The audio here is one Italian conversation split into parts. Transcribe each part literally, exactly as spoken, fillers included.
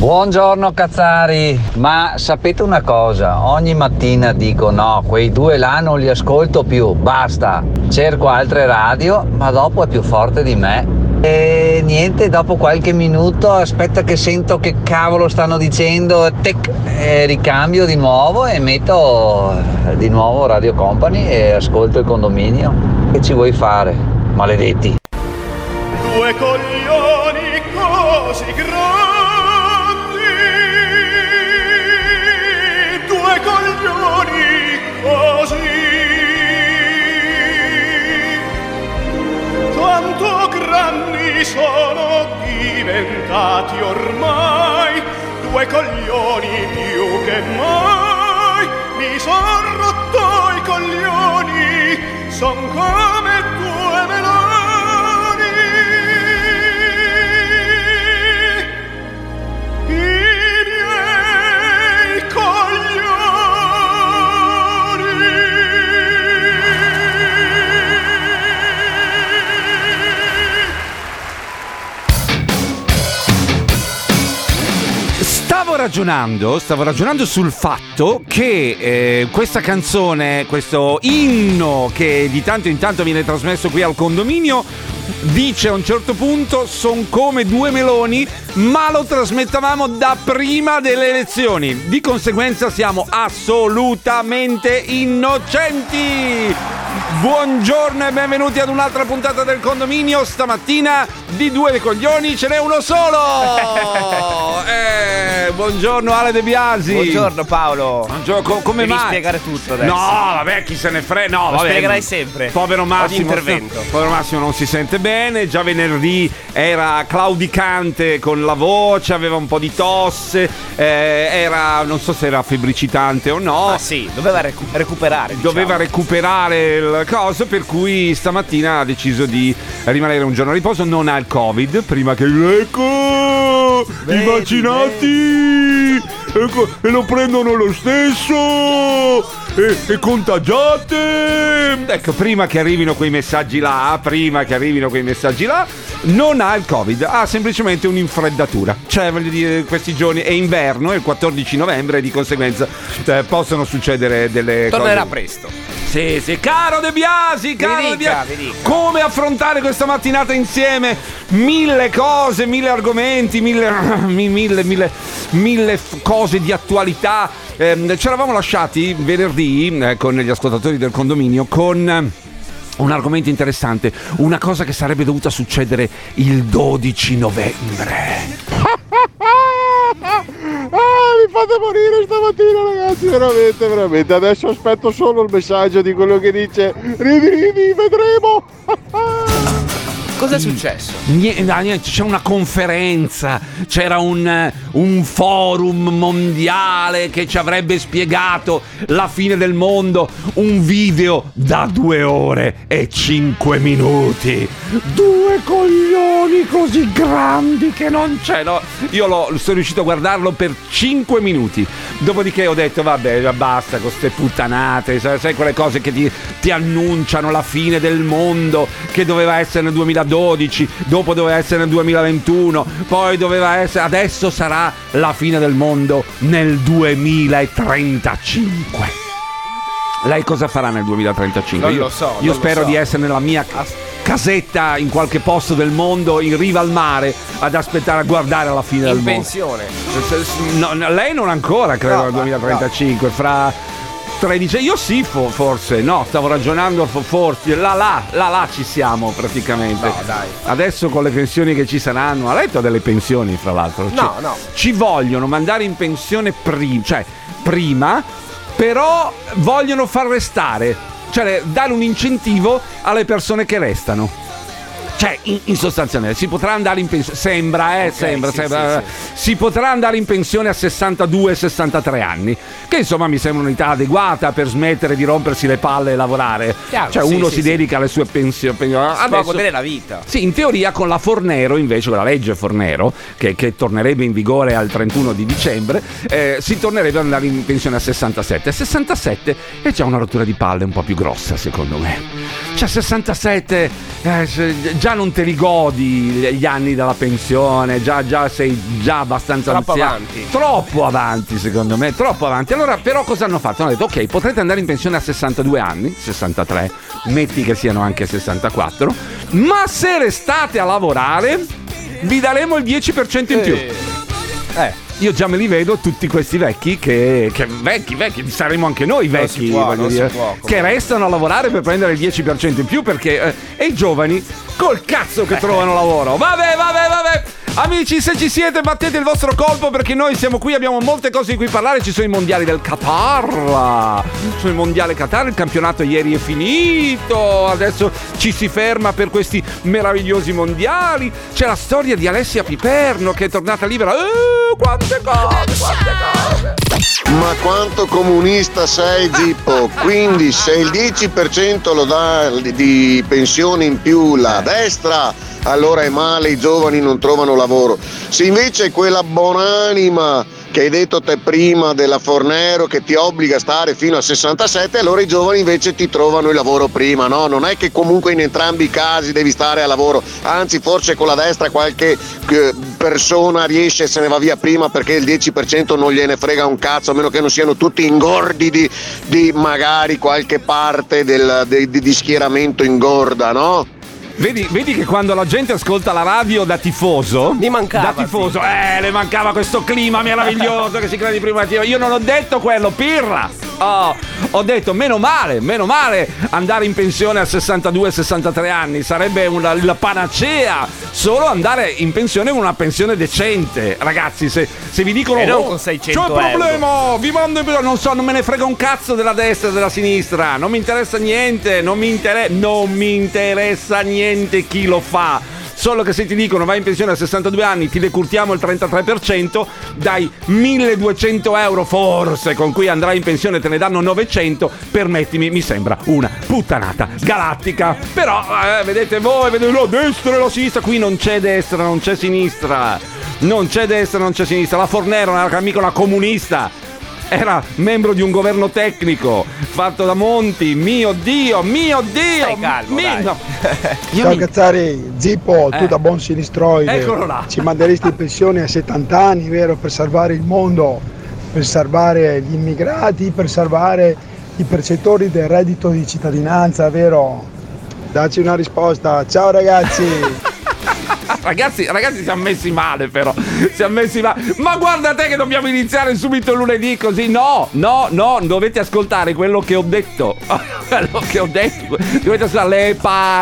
Buongiorno Cazzari, ma sapete una cosa? Ogni mattina dico no, quei due là non li ascolto più, basta. Cerco altre radio, ma dopo è più forte di me. E niente, dopo qualche minuto aspetta che sento che cavolo stanno dicendo, tec, e ricambio di nuovo e metto di nuovo Radio Company e ascolto il condominio. Che ci vuoi fare, maledetti? Due coglioni così grandi, due coglioni così, tanto grandi sono diventati ormai, due coglioni più che mai, mi son rotto i coglioni, son come due meloni. Stavo ragionando, stavo ragionando sul fatto che eh, questa canzone, questo inno che di tanto in tanto viene trasmesso qui al condominio, dice a un certo punto son come due meloni, ma lo trasmettavamo da prima delle elezioni. Di conseguenza siamo assolutamente innocenti. Buongiorno e benvenuti ad un'altra puntata del condominio. Stamattina di due coglioni ce n'è uno solo. eh, buongiorno Ale De Biasi. Buongiorno Paolo. Buongiorno, co- come Devi mai? spiegare tutto adesso. No, vabbè, chi se ne frega. No, lo vabbè, spiegherai sempre. Povero Massimo. intervento. Povero Massimo non si sente bene. Già venerdì era claudicante con la voce, aveva un po' di tosse. Eh, era, non so se era febbricitante o no. Ah sì, doveva recu- recuperare. Doveva diciamo. recuperare il coso, per cui stamattina ha deciso di rimanere un giorno a riposo. Non ha il Covid, prima che ecco Vedi, i vaccinati ecco, e lo prendono lo stesso e, e contagiate. Ecco, prima che arrivino quei messaggi là, prima che arrivino quei messaggi là, non ha il Covid, ha semplicemente un'infreddatura. Cioè, voglio dire, questi giorni è inverno, è il quattordici novembre, e di conseguenza eh, possono succedere delle Tornerà cose. presto. Sì, sì, caro De Biasi, caro Mi dica, De Biasi, mi dica. come affrontare questa mattinata insieme? Mille cose, mille argomenti, mille, mille, mille, mille cose di attualità. Eh, ci eravamo lasciati venerdì eh, con gli ascoltatori del condominio con eh, un argomento interessante, una cosa che sarebbe dovuta succedere il dodici novembre. Ah, mi fate morire stamattina, ragazzi, veramente, veramente. Adesso aspetto solo il messaggio di quello che dice ridi, ridi, vedremo. Cosa è successo? Niente, c'è una conferenza, c'era un, un forum mondiale che ci avrebbe spiegato la fine del mondo, un video da due ore e cinque minuti. Due coglioni così grandi che non c'è, no? Io l'ho, sono riuscito a guardarlo per cinque minuti, dopodiché ho detto vabbè, basta con ste puttanate, sai, sai quelle cose che ti, ti annunciano la fine del mondo, che doveva essere nel duemiladodici, dopo doveva essere nel duemilaventuno, poi doveva essere, adesso sarà la fine del mondo nel duemilatrentacinque. Lei cosa farà nel duemilatrentacinque? Non io, lo so. Io non spero lo so. di essere nella mia casetta in qualche posto del mondo, in riva al mare, ad aspettare a guardare la fine In del mondo. pensione. No, no, lei non ancora, credo, No, nel ma- duemilatrentacinque, fra tredici. Io sì, fo- forse, no, stavo ragionando, fo- forse, là là, là là ci siamo praticamente. No, dai. Adesso con le pensioni che ci saranno, ha letto delle pensioni fra l'altro? No, Ci- no. Ci vogliono mandare in pensione prima, cioè prima, però vogliono far restare, cioè dare un incentivo alle persone che restano. Cioè, in, in sostanzialmente si potrà andare in pensione, sembra, eh, Ok, sembra, sì, sembra, sì, si potrà andare in pensione a sessantadue sessantatré anni, che insomma mi sembra un'età adeguata per smettere di rompersi le palle e lavorare. Chiaro, cioè sì, si sì, sì. dedica alle sue pensioni. Si può godere la vita. Sì, in teoria con la Fornero, invece, con la legge Fornero, che, che tornerebbe in vigore al trentuno di dicembre, eh, si tornerebbe ad andare in pensione a sessantasette. A sessantasette è già una rottura di palle un po' più grossa, secondo me. Cioè, sessantasette, eh, già già non te li godi gli anni della pensione, già, già sei già abbastanza troppo anziano. avanti. Troppo avanti, secondo me, troppo avanti. Allora, però cosa hanno fatto? Hanno detto, ok, potrete andare in pensione a sessantadue anni, sessantatré, metti che siano anche sessantaquattro, ma se restate a lavorare vi daremo il dieci per cento in più. Eh. Io già me li vedo tutti questi vecchi che, che vecchi, vecchi, saremo anche noi vecchi, può, voglio dire, può, che restano a lavorare per prendere il dieci per cento in più perché eh, e i giovani col cazzo che trovano lavoro. Vabbè, vabbè, vabbè. Amici, se ci siete battete il vostro colpo perché noi siamo qui, abbiamo molte cose di cui parlare. Ci sono i mondiali del Qatar, c'è il mondiale Qatar, il campionato ieri è finito, adesso ci si ferma per questi meravigliosi mondiali. C'è la storia di Alessia Piperno che è tornata libera. Eh, quante cose, quante cose. Ma quanto comunista sei, Zippo? Quindi se il dieci per cento lo dà di pensione in più la destra, allora è male, i giovani non trovano lavoro. Se invece è quella buonanima che hai detto te prima della Fornero che ti obbliga a stare fino a sessantasette, allora i giovani invece ti trovano il lavoro prima, no? Non è che comunque in entrambi i casi devi stare a lavoro, anzi forse con la destra qualche eh, persona riesce e se ne va via prima perché il dieci per cento non gliene frega un cazzo, a meno che non siano tutti ingordi di, di magari qualche parte del, di, di schieramento ingorda, no? Vedi, vedi che quando la gente ascolta la radio da tifoso, mi mancava, da tifoso, sì. eh, le mancava questo clima meraviglioso che si crea di prima mattina. Io non ho detto quello, pirla. Oh, ho detto meno male, meno male andare in pensione a sessantadue sessantatré anni, sarebbe una, la panacea. Solo andare in pensione con una pensione decente. Ragazzi, se, se vi dicono e non oh, con seicento c'è un problema, euro. Vi mando in pensione, non so, non me ne frega un cazzo della destra e della sinistra, non mi interessa niente, non mi interessa, non mi interessa niente chi lo fa. Solo che se ti dicono vai in pensione a sessantadue anni, ti decurtiamo il trentatré per cento, dai milleduecento euro forse con cui andrai in pensione, te ne danno novecento, permettimi, mi sembra una puttanata galattica. Però eh, vedete voi, vedete la destra e la sinistra, qui non c'è destra, non c'è sinistra, non c'è destra, non c'è sinistra. La Fornero non era mica una comunista, era membro di un governo tecnico fatto da Monti. Mio Dio, mio Dio. Stai calmo, mi... dai. no. Ciao mi... Cazzari, Zippo, Eh. tu da buon sinistroide Eccolo là. ci manderesti in pensione a settanta anni, vero? Per salvare il mondo, per salvare gli immigrati, per salvare i percettori del reddito di cittadinanza, vero? Dacci una risposta. Ciao ragazzi. Ragazzi, ragazzi, siamo messi male, però. Siamo messi male. Ma guarda te che dobbiamo iniziare subito lunedì così. No, no, no, dovete ascoltare quello che ho detto. Quello che ho detto. Dovete ascoltare le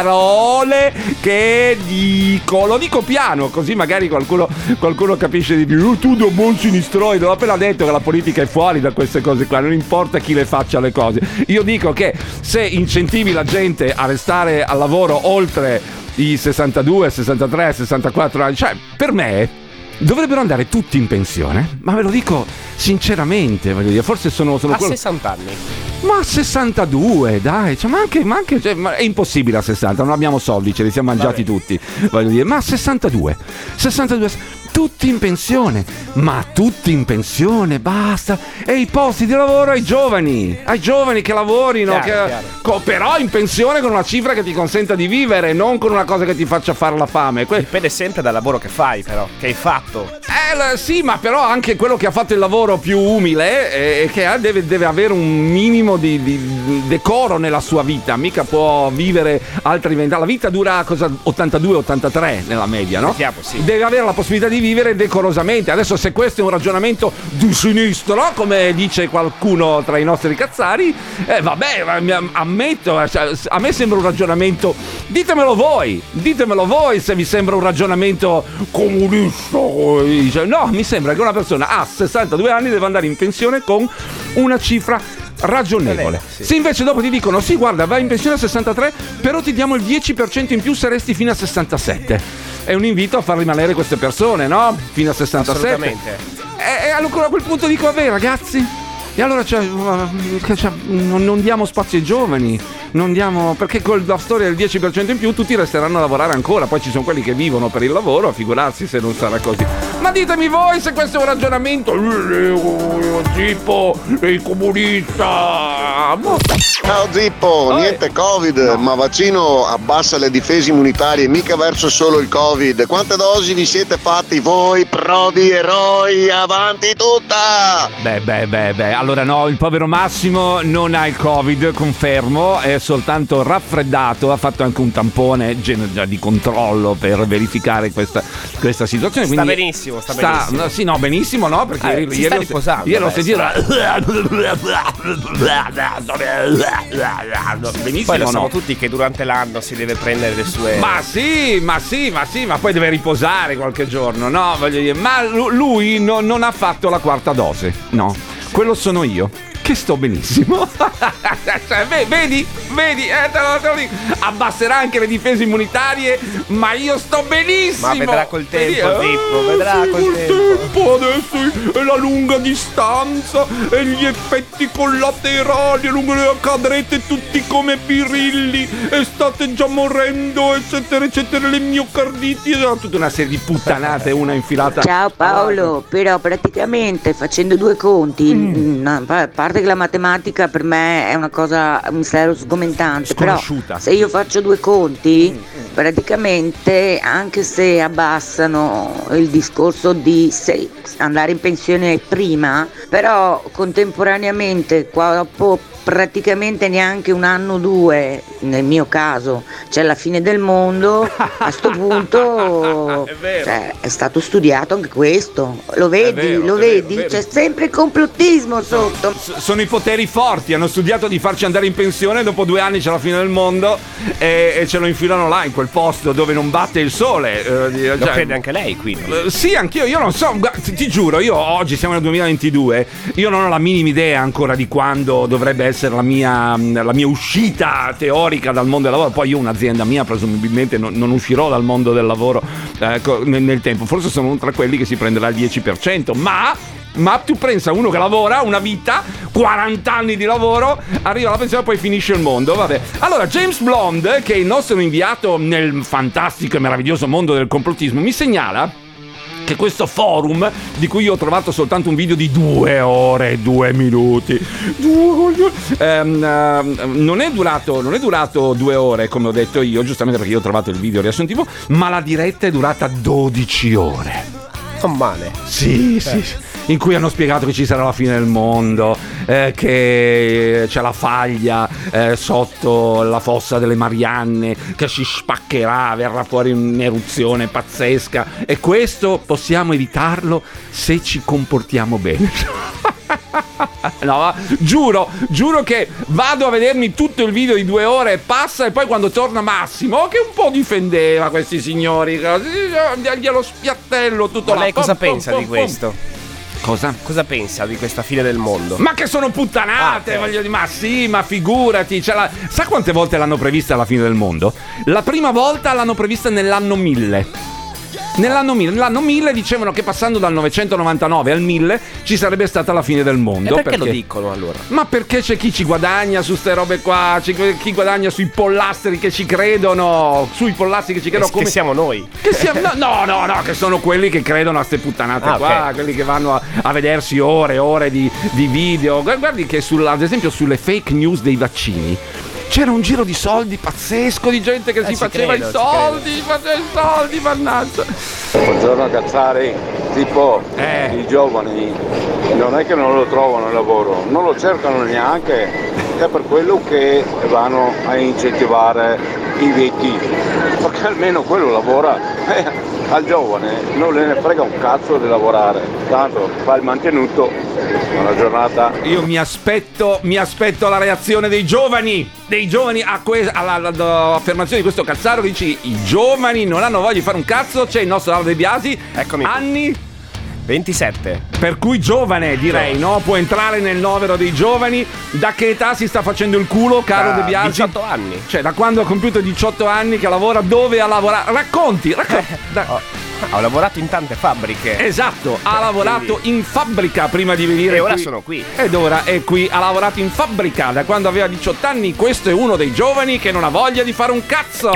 parole che dico. Lo dico piano, così magari qualcuno, qualcuno capisce di più. Tu da buon sinistroide. L'ho appena detto che la politica è fuori da queste cose qua. Non importa chi le faccia le cose. Io dico che se incentivi la gente a restare al lavoro oltre i sessantadue, sessantatré, sessantaquattro anni, cioè per me dovrebbero andare tutti in pensione, ma ve lo dico sinceramente, voglio dire, forse sono, sono a quello... sessanta anni. Ma a sessantadue, dai, cioè, ma anche, ma anche cioè, ma è impossibile a sessanta, non abbiamo soldi, ce li siamo mangiati Vabbè. tutti, voglio dire, ma a sessantadue, sessantadue, tutti in pensione, ma tutti in pensione, basta, e i posti di lavoro ai giovani, ai giovani che lavorino, Chiaro, che, chiaro. co- però in pensione con una cifra che ti consenta di vivere, non con una cosa che ti faccia fare la fame. Que- Dipende sempre dal lavoro che fai, però, che hai fatto. Eh, l- sì, ma però anche quello che ha fatto il lavoro più umile e eh, che ha, deve, deve avere un minimo di, di decoro nella sua vita, mica può vivere altri vent'anni. La vita dura cosa ottantadue ottantatré nella media, no? Mettiamo, sì. Deve avere la possibilità di vivere decorosamente. Adesso se questo è un ragionamento di sinistra, come dice qualcuno tra i nostri cazzari, eh, vabbè, mi ammetto, cioè, a me sembra un ragionamento, ditemelo voi, ditemelo voi se vi sembra un ragionamento comunista. Cioè, no, mi sembra che una persona a sessantadue anni deve andare in pensione con una cifra ragionevole. Sì. Se invece dopo ti dicono sì, guarda, vai in pensione a sessantatré, però ti diamo il dieci per cento in più se resti fino a sessantasette. È un invito a far rimanere queste persone, no? Fino a sessantasette. Assolutamente. E, e allora a quel punto dico, vabbè ragazzi, e allora cioè, cioè, non, non diamo spazio ai giovani. non diamo, perché con la storia del dieci per cento in più tutti resteranno a lavorare ancora, poi ci sono quelli che vivono per il lavoro, a figurarsi se non sarà così. Ma ditemi voi se questo è un ragionamento. Zippo, sei comunista. Ciao Zippo, niente Covid, no. Ma vaccino abbassa le difese immunitarie, mica verso solo il Covid. Quante dosi vi siete fatti voi, prodi eroi? Avanti tutta! Beh, beh, beh, beh. Allora no, il povero Massimo non ha il Covid, confermo, è soltanto raffreddato, ha fatto anche un tampone già di controllo per verificare questa, questa situazione. Sta Quindi benissimo, sta, sta benissimo. Sì, no, benissimo, no, perché eh, ieri, si sta riposando. Io l'ho sentito. Benissimo, poi lo no? sanno tutti che durante l'anno si deve prendere le sue. Ma sì, ma sì, ma sì, ma poi deve riposare qualche giorno, no? Voglio dire, ma lui no, non ha fatto la quarta dose, no? Quello sono io, che sto benissimo. Cioè, vedi, vedi, eh, te lo, te lo dico. Abbasserà anche le difese immunitarie, ma io sto benissimo. Ma vedrà col tempo, vedi? Zippo, vedrà col col tempo. tempo. Adesso è la lunga distanza e gli effetti collaterali, lungo le cadrete tutti come birilli e state già morendo, eccetera, eccetera, le miocarditi, tutta una serie di puttanate, una infilata. Ciao Paolo, però praticamente facendo due conti, mm. a parte che la matematica per me è una cosa, un mistero sgomentante, però se io faccio due conti, mm. praticamente anche se abbassano il discorso di se andare in pensione prima, però contemporaneamente qua dopo praticamente neanche un anno o due, nel mio caso c'è la fine del mondo, a sto punto è, vero. Cioè, è stato studiato anche questo, lo vedi, vero, lo vedi, vero, c'è sempre il complottismo sotto. Sono i poteri forti, hanno studiato di farci andare in pensione, dopo due anni c'è la fine del mondo e, e ce lo infilano là in quel posto dove non batte il sole. Eh, lo cioè, crede anche lei quindi? Eh, sì, anch'io, io non so, ti, ti giuro, io oggi siamo nel duemilaventidue, io non ho la minima idea ancora di quando dovrebbe essere la mia, la mia uscita teorica dal mondo del lavoro. Poi io un'azienda mia presumibilmente non, non uscirò dal mondo del lavoro eh, nel, nel tempo, forse sono tra quelli che si prenderà il dieci per cento, ma Ma tu pensa, uno che lavora una vita, quaranta anni di lavoro, arriva alla pensione e poi finisce il mondo, vabbè. Allora, James Blonde, che è il nostro inviato nel fantastico e meraviglioso mondo del complottismo, mi segnala che questo forum, di cui io ho trovato soltanto un video di due ore e due minuti, due, ehm, ehm, non è durato non è durato due ore, come ho detto io, giustamente perché io ho trovato il video riassuntivo, ma la diretta è durata dodici ore. Non male. Sì, eh. sì, in cui hanno spiegato che ci sarà la fine del mondo, eh, che c'è la faglia eh, sotto la fossa delle Marianne che si spaccherà, verrà fuori un'eruzione pazzesca, e questo possiamo evitarlo se ci comportiamo bene. No, giuro, giuro che vado a vedermi tutto il video di due ore e passa, e poi quando torna Massimo, che un po' difendeva questi signori, glielo spiattello tutto. Ma lei là. cosa pom, pensa pom, di pom, questo? Cosa? Cosa pensa di questa fine del mondo? Ma che sono puttanate, ah, okay. voglio dire, ma sì, ma figurati, cioè la... Sa quante volte l'hanno prevista la fine del mondo? La prima volta l'hanno prevista nell'anno mille. Nell'anno mille, nell'anno mille dicevano che passando dal novecentonovantanove al mille ci sarebbe stata la fine del mondo. E perché, perché lo dicono allora? Ma perché c'è chi ci guadagna su ste robe qua, chi guadagna sui pollastri che ci credono, sui pollastri che ci credono, come che siamo noi. Che siamo, no, no, no, no, che sono quelli che credono a ste puttanate ah, qua, okay. Quelli che vanno a, a vedersi ore e ore di, di video. Guardi che sulla, ad esempio sulle fake news dei vaccini c'era un giro di soldi pazzesco, di gente che eh, si faceva credo, i soldi, faceva i soldi, mannaggia. Buongiorno Cazzari, tipo eh. i giovani non è che non lo trovano il lavoro, non lo cercano neanche, è per quello che vanno a incentivare i vecchi, perché almeno quello lavora. Eh, al giovane non le ne frega un cazzo di lavorare, tanto fa il mantenuto. Buona giornata. Io mi aspetto mi aspetto la reazione dei giovani dei giovani a que- alla, alla, all'affermazione di questo Cazzaro. Dici i giovani non hanno voglia di fare un cazzo. C'è il nostro Lauro De Biasi. Eccomi. Anni ventisette. Per cui giovane, direi, giovane. No? Può entrare nel novero dei giovani. Da che età si sta facendo il culo, caro da De Biasi? diciotto anni. Cioè, da quando ha compiuto diciotto anni che lavora, dove ha lavorato? Racconti, racconti. Da... Oh. Ho lavorato in tante fabbriche. Esatto, ha lavorato Quindi... in fabbrica prima di venire e ora qui. sono qui. Ed ora è qui, ha lavorato in fabbrica da quando aveva diciotto anni. Questo è uno dei giovani che non ha voglia di fare un cazzo.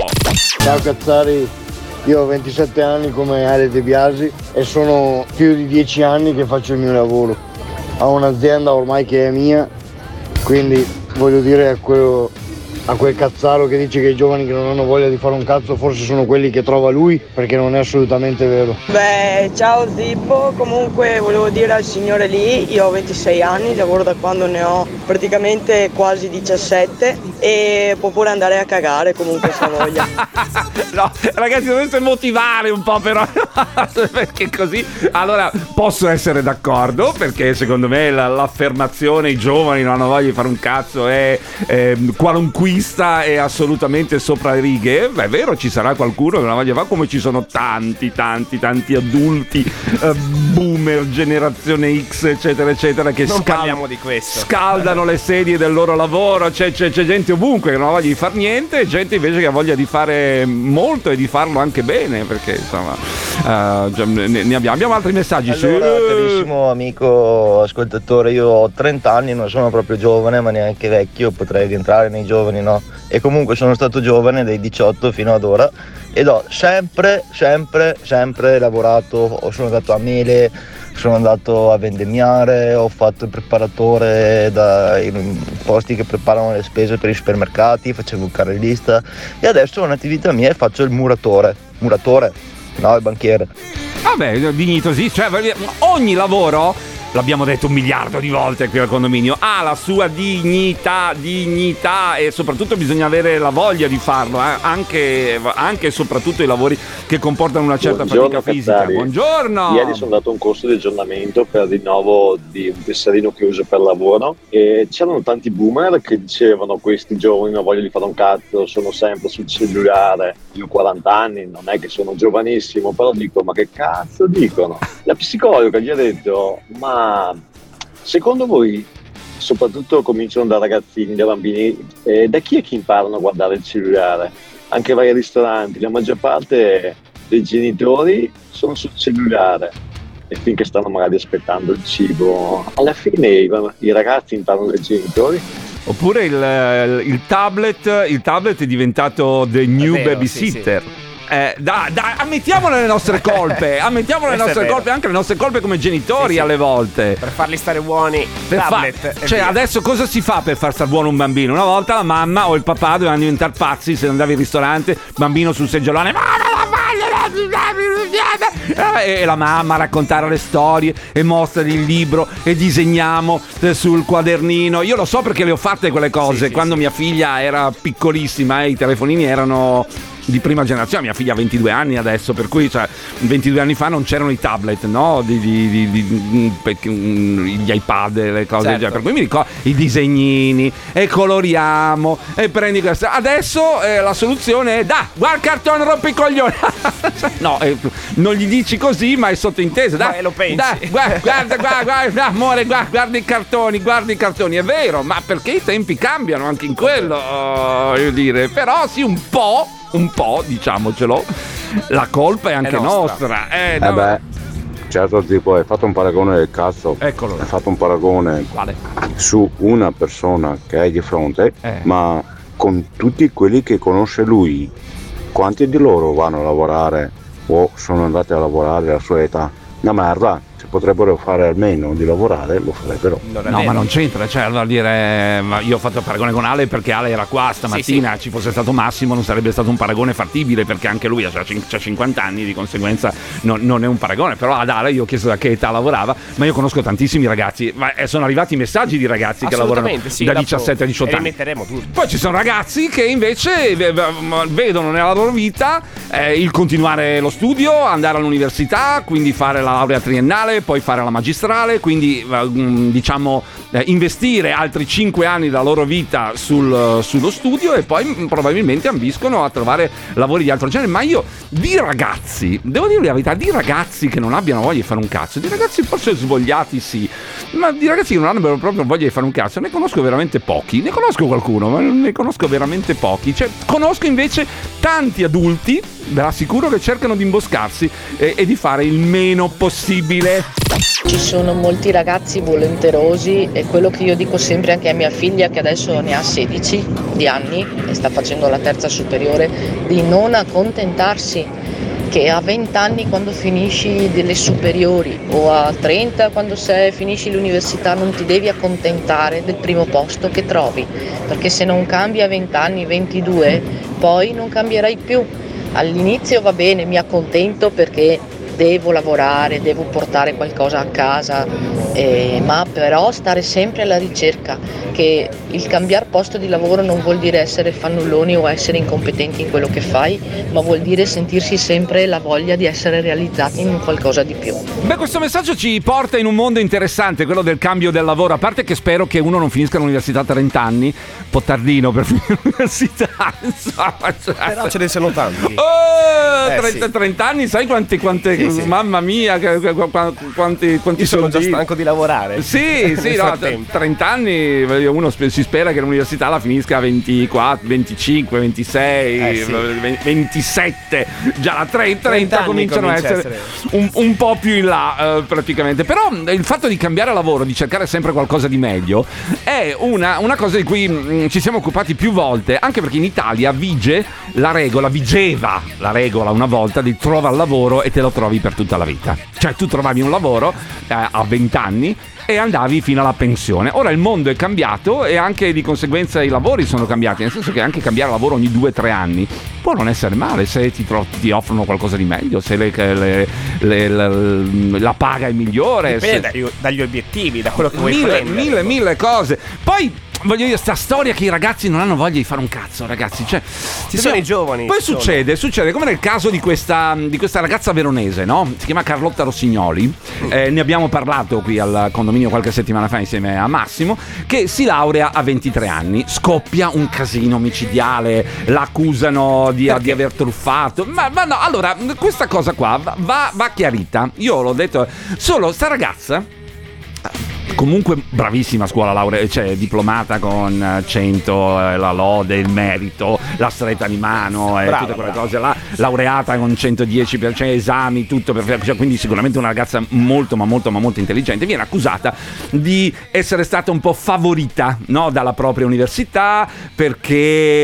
Ciao Cazzari, io ho ventisette anni come Ale De Biasi e sono più di dieci anni che faccio il mio lavoro. Ho un'azienda ormai che è mia, quindi voglio dire a quello a quel cazzaro che dice che i giovani che non hanno voglia di fare un cazzo forse sono quelli che trova lui, perché non è assolutamente vero. Beh, ciao Zippo, comunque volevo dire al signore lì, io ho ventisei anni, lavoro da quando ne ho praticamente quasi diciassette e può pure andare a cagare comunque se ha voglia. No, ragazzi, dovete motivare un po' però, perché così, allora posso essere d'accordo, perché secondo me la, l'affermazione i giovani non hanno voglia di fare un cazzo è eh, qualunque è assolutamente sopra le righe. Beh, è vero, ci sarà qualcuno che non ha voglia di fare, come ci sono tanti tanti tanti adulti eh, boomer, generazione X eccetera eccetera che non scal- parliamo di questo. scaldano le sedie del loro lavoro. C'è, c'è, c'è gente ovunque che non ha voglia di fare niente e gente invece che ha voglia di fare molto e di farlo anche bene, perché insomma uh, ne, ne abbiamo. abbiamo altri messaggi. Allora, sì. carissimo amico ascoltatore, io ho trenta anni, non sono proprio giovane ma neanche vecchio, potrei rientrare nei giovani, no? E comunque sono stato giovane dai diciotto fino ad ora ed ho sempre, sempre, sempre lavorato. Sono andato a mele, sono andato a vendemmiare, ho fatto il preparatore da, in posti che preparano le spese per i supermercati, facevo il carrellista e adesso un'attività mia e faccio il muratore. Muratore? No, il banchiere. Vabbè, dignitosi, cioè ogni lavoro, l'abbiamo detto un miliardo di volte qui al condominio, ha la sua dignità, dignità e soprattutto bisogna avere la voglia di farlo, eh? anche, anche e soprattutto i lavori che comportano una certa Buongiorno, fatica fisica. Cazzari. Buongiorno! Ieri sono andato a un corso di aggiornamento per il rinnovo di un tesserino che uso per lavoro e c'erano tanti boomer che dicevano questi giovani non voglio di fare un cazzo, sono sempre sul cellulare. Io ho quaranta anni, non è che sono giovanissimo, però dico ma che cazzo dicono? La psicologa gli ha detto ma secondo voi, soprattutto cominciano da ragazzini, da bambini, eh, da chi è che imparano a guardare il cellulare? Anche vai ai ristoranti, la maggior parte dei genitori sono sul cellulare e finché stanno magari aspettando il cibo, alla fine i, i ragazzi imparano dai genitori. Oppure il, il tablet, il tablet è diventato the new vero, babysitter. sì, sì. Eh, da, da, ammettiamolo le nostre colpe, ammettiamo le nostre colpe, anche le nostre colpe come genitori, sì, sì, alle volte. Per farli stare buoni, per tablet. Fa- cioè, via. Adesso cosa si fa per far star buono un bambino? Una volta la mamma o il papà dovevano diventare pazzi se andavi al ristorante, bambino sul seggiolone. E la mamma raccontare le storie e mostragli il libro e disegniamo sul quadernino. Io lo so perché le ho fatte quelle cose, sì, sì, quando sì. mia figlia era piccolissima e i telefonini erano di prima generazione. Mia figlia ha ventidue anni adesso, per cui cioè ventidue anni fa non c'erano i tablet, no? Di, di, di, di, di, gli iPad, le cose, certo. Per cui mi ricordo i disegnini e coloriamo e prendi questo. Adesso eh, la soluzione è da guarda il cartone, rompi i coglioni. No, eh, non gli dici così, ma è sottinteso. Dai, no, lo pensi. Dai, guarda, guarda, guarda, guarda, amore, guarda, guarda i cartoni, guarda i cartoni. È vero, ma perché i tempi cambiano anche in quello, voglio dire. Però sì, un po'. Un po', diciamocelo, la colpa è anche è nostra. nostra. Eh, no. eh beh, certo, tipo, hai fatto un paragone del cazzo. Eccolo. Hai fatto un paragone Quale? su una persona che hai di fronte, eh. ma con tutti quelli che conosce lui, quanti di loro vanno a lavorare o sono andati a lavorare alla sua età? Una merda. Se potrebbero fare almeno di lavorare, lo farebbero. No, vero. Ma non c'entra, cioè, vuol dire, ma io ho fatto il paragone con Ale perché Ale era qua stamattina, sì, sì. Ci fosse stato Massimo non sarebbe stato un paragone fattibile, perché anche lui ha cinquanta anni, di conseguenza non, non è un paragone. Però ad Ale io ho chiesto da che età lavorava, ma io conosco tantissimi ragazzi, ma sono arrivati messaggi di ragazzi che lavorano sì, da diciassette a diciotto anni. Tutto. Poi ci sono ragazzi che invece vedono nella loro vita eh, il continuare lo studio, andare all'università, quindi fare la laurea triennale, poi fare la magistrale, quindi diciamo eh, investire altri cinque anni della loro vita sul, sullo studio e poi probabilmente ambiscono a trovare lavori di altro genere. Ma io di ragazzi, devo dire la verità, di ragazzi che non abbiano voglia di fare un cazzo, di ragazzi forse svogliati sì, ma di ragazzi che non hanno proprio voglia di fare un cazzo ne conosco veramente pochi. Ne conosco qualcuno, ma ne conosco veramente pochi. Cioè, conosco invece tanti adulti, ve l'assicuro, che cercano di imboscarsi e, e di fare il meno possibile. Ci sono molti ragazzi volenterosi, e quello che io dico sempre anche a mia figlia, che adesso ne ha sedici di anni e sta facendo la terza superiore, di non accontentarsi, che a venti anni quando finisci delle superiori o a trenta quando sei, finisci l'università non ti devi accontentare del primo posto che trovi, perché se non cambi a venti anni, ventidue, poi non cambierai più. All'inizio va bene, mi accontento perché devo lavorare, devo portare qualcosa a casa, eh, ma però stare sempre alla ricerca, che il cambiare posto di lavoro non vuol dire essere fannulloni o essere incompetenti in quello che fai, ma vuol dire sentirsi sempre la voglia di essere realizzati in qualcosa di più. Beh, questo messaggio ci porta in un mondo interessante, quello del cambio del lavoro. A parte che spero che uno non finisca l'università a trenta anni, un po' tardino per finire l'università, insomma, cioè... Però ce ne sono tanti. Oh, eh, trenta, sì. trenta anni, sai quante, quante sì, sì. Mamma mia, quanti, quanti Io sono soldi. già stanco di lavorare. Sì, sì, no, trenta anni uno si spera che l'università la finisca a ventiquattro, venticinque, ventisei, eh, sì. ventisette. Già a trenta, trenta cominciano a essere, essere... Un, un po' più in là, uh, praticamente. Però il fatto di cambiare lavoro, di cercare sempre qualcosa di meglio, è una, una cosa di cui mh, ci siamo occupati più volte, anche perché in Italia vige la regola, vigeva la regola una volta di trova il lavoro e te lo trovi per tutta la vita. Cioè tu trovavi un lavoro eh, a venti anni e andavi fino alla pensione. Ora il mondo è cambiato e anche di conseguenza i lavori sono cambiati, nel senso che anche cambiare lavoro ogni due o tre anni può non essere male se ti, tro- ti offrono qualcosa di meglio, se le, le, le, le, la paga è migliore. Dipende se... dagli, dagli obiettivi, da quello che vuoi mille, prendere. Mille, mille cose. Poi voglio dire, sta storia che i ragazzi non hanno voglia di fare un cazzo, ragazzi. Cioè, ci sono i giovani. Poi succede, sono. succede come nel caso di questa, di questa ragazza veronese, no? Si chiama Carlotta Rossignoli. Eh, ne abbiamo parlato qui al condominio qualche settimana fa insieme a Massimo, che si laurea a ventitré anni. Scoppia un casino micidiale, l'accusano di, di aver truffato. Ma, ma no, allora, questa cosa qua va, va chiarita. Io l'ho detto, solo sta ragazza, comunque bravissima a scuola, laurea, cioè diplomata con cento, eh, la lode, il merito, la stretta di mano e eh, tutte quelle brava. cose là, laureata con centodieci per cento esami, tutto perfetto, cioè, quindi sicuramente una ragazza molto ma molto ma molto intelligente. Viene accusata di essere stata un po' favorita, no, dalla propria università, perché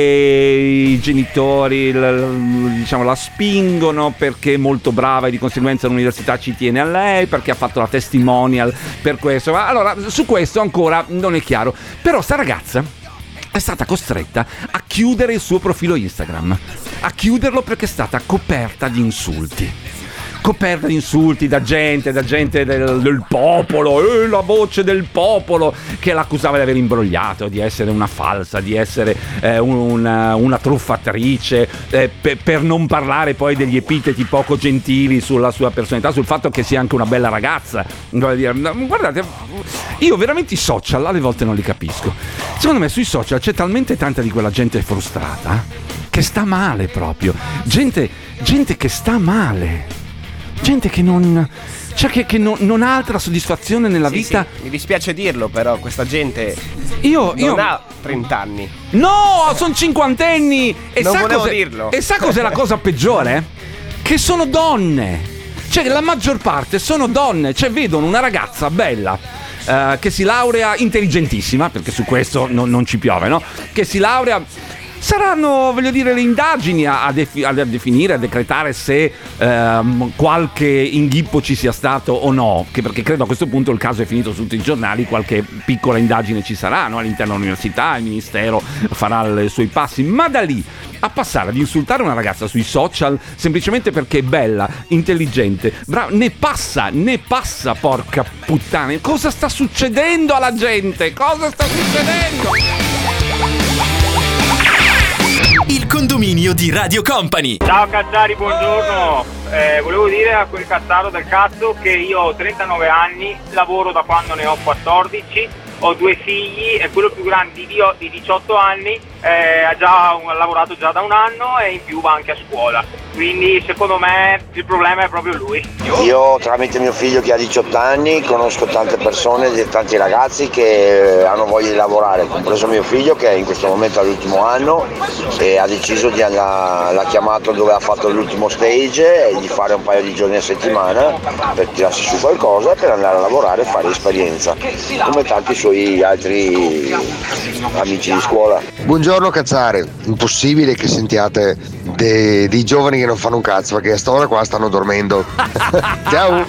i genitori l, l, diciamo la spingono, perché è molto brava e di conseguenza l'università ci tiene a lei, perché ha fatto la testimonial per questo. Ma allora, su questo ancora non è chiaro. Però sta ragazza è stata costretta a chiudere il suo profilo Instagram, a chiuderlo perché è stata coperta di insulti. Coperta di insulti da gente, da gente del, del popolo, eh, la voce del popolo, che l'accusava di aver imbrogliato, di essere una falsa, di essere eh, una, una truffatrice, eh, pe, per non parlare poi degli epiteti poco gentili sulla sua personalità, sul fatto che sia anche una bella ragazza. Guardate, io veramente i social alle volte non li capisco. Secondo me sui social c'è talmente tanta di quella gente frustrata che sta male proprio. Gente, gente che sta male. Gente che non, cioè che, che non, non ha altra soddisfazione nella sì, vita. Sì. Mi dispiace dirlo, però questa gente io, non io... ha trenta anni. No, sono cinquantenni. E non sa volevo cos'è, dirlo. E sa cos'è la cosa peggiore? Che sono donne. Cioè la maggior parte sono donne. Cioè vedono una ragazza bella, uh, che si laurea, intelligentissima, perché su questo non, non ci piove, no? Che si laurea. Saranno, voglio dire, le indagini a, defi- a definire, a decretare se ehm, qualche inghippo ci sia stato o no, che perché credo a questo punto il caso è finito su tutti i giornali, qualche piccola indagine ci sarà, no? All'interno dell'università, il ministero farà i suoi passi, ma da lì a passare ad insultare una ragazza sui social semplicemente perché è bella, intelligente, brava, ne passa, ne passa, porca puttana. Cosa sta succedendo alla gente? Cosa sta succedendo? Il condominio di Radio Company. Ciao Cazzari, buongiorno. Eh, volevo dire a quel Cazzaro del cazzo che io ho trentanove anni, lavoro da quando ne ho quattordici, ho due figli e quello più grande di diciotto anni eh, ha già ha lavorato già da un anno e in più va anche a scuola. quindi secondo me il problema è proprio lui. Io tramite mio figlio che ha diciotto anni conosco tante persone, tanti ragazzi che hanno voglia di lavorare, compreso mio figlio che in questo momento è all'ultimo anno e ha deciso di andare, l'ha chiamato dove ha fatto l'ultimo stage e di fare un paio di giorni a settimana per tirarsi su qualcosa, per andare a lavorare e fare esperienza, come tanti suoi altri amici di scuola. Buongiorno Cazzare, impossibile che sentiate dei, dei giovani che non fanno un cazzo perché a sta ora qua stanno dormendo. Ciao.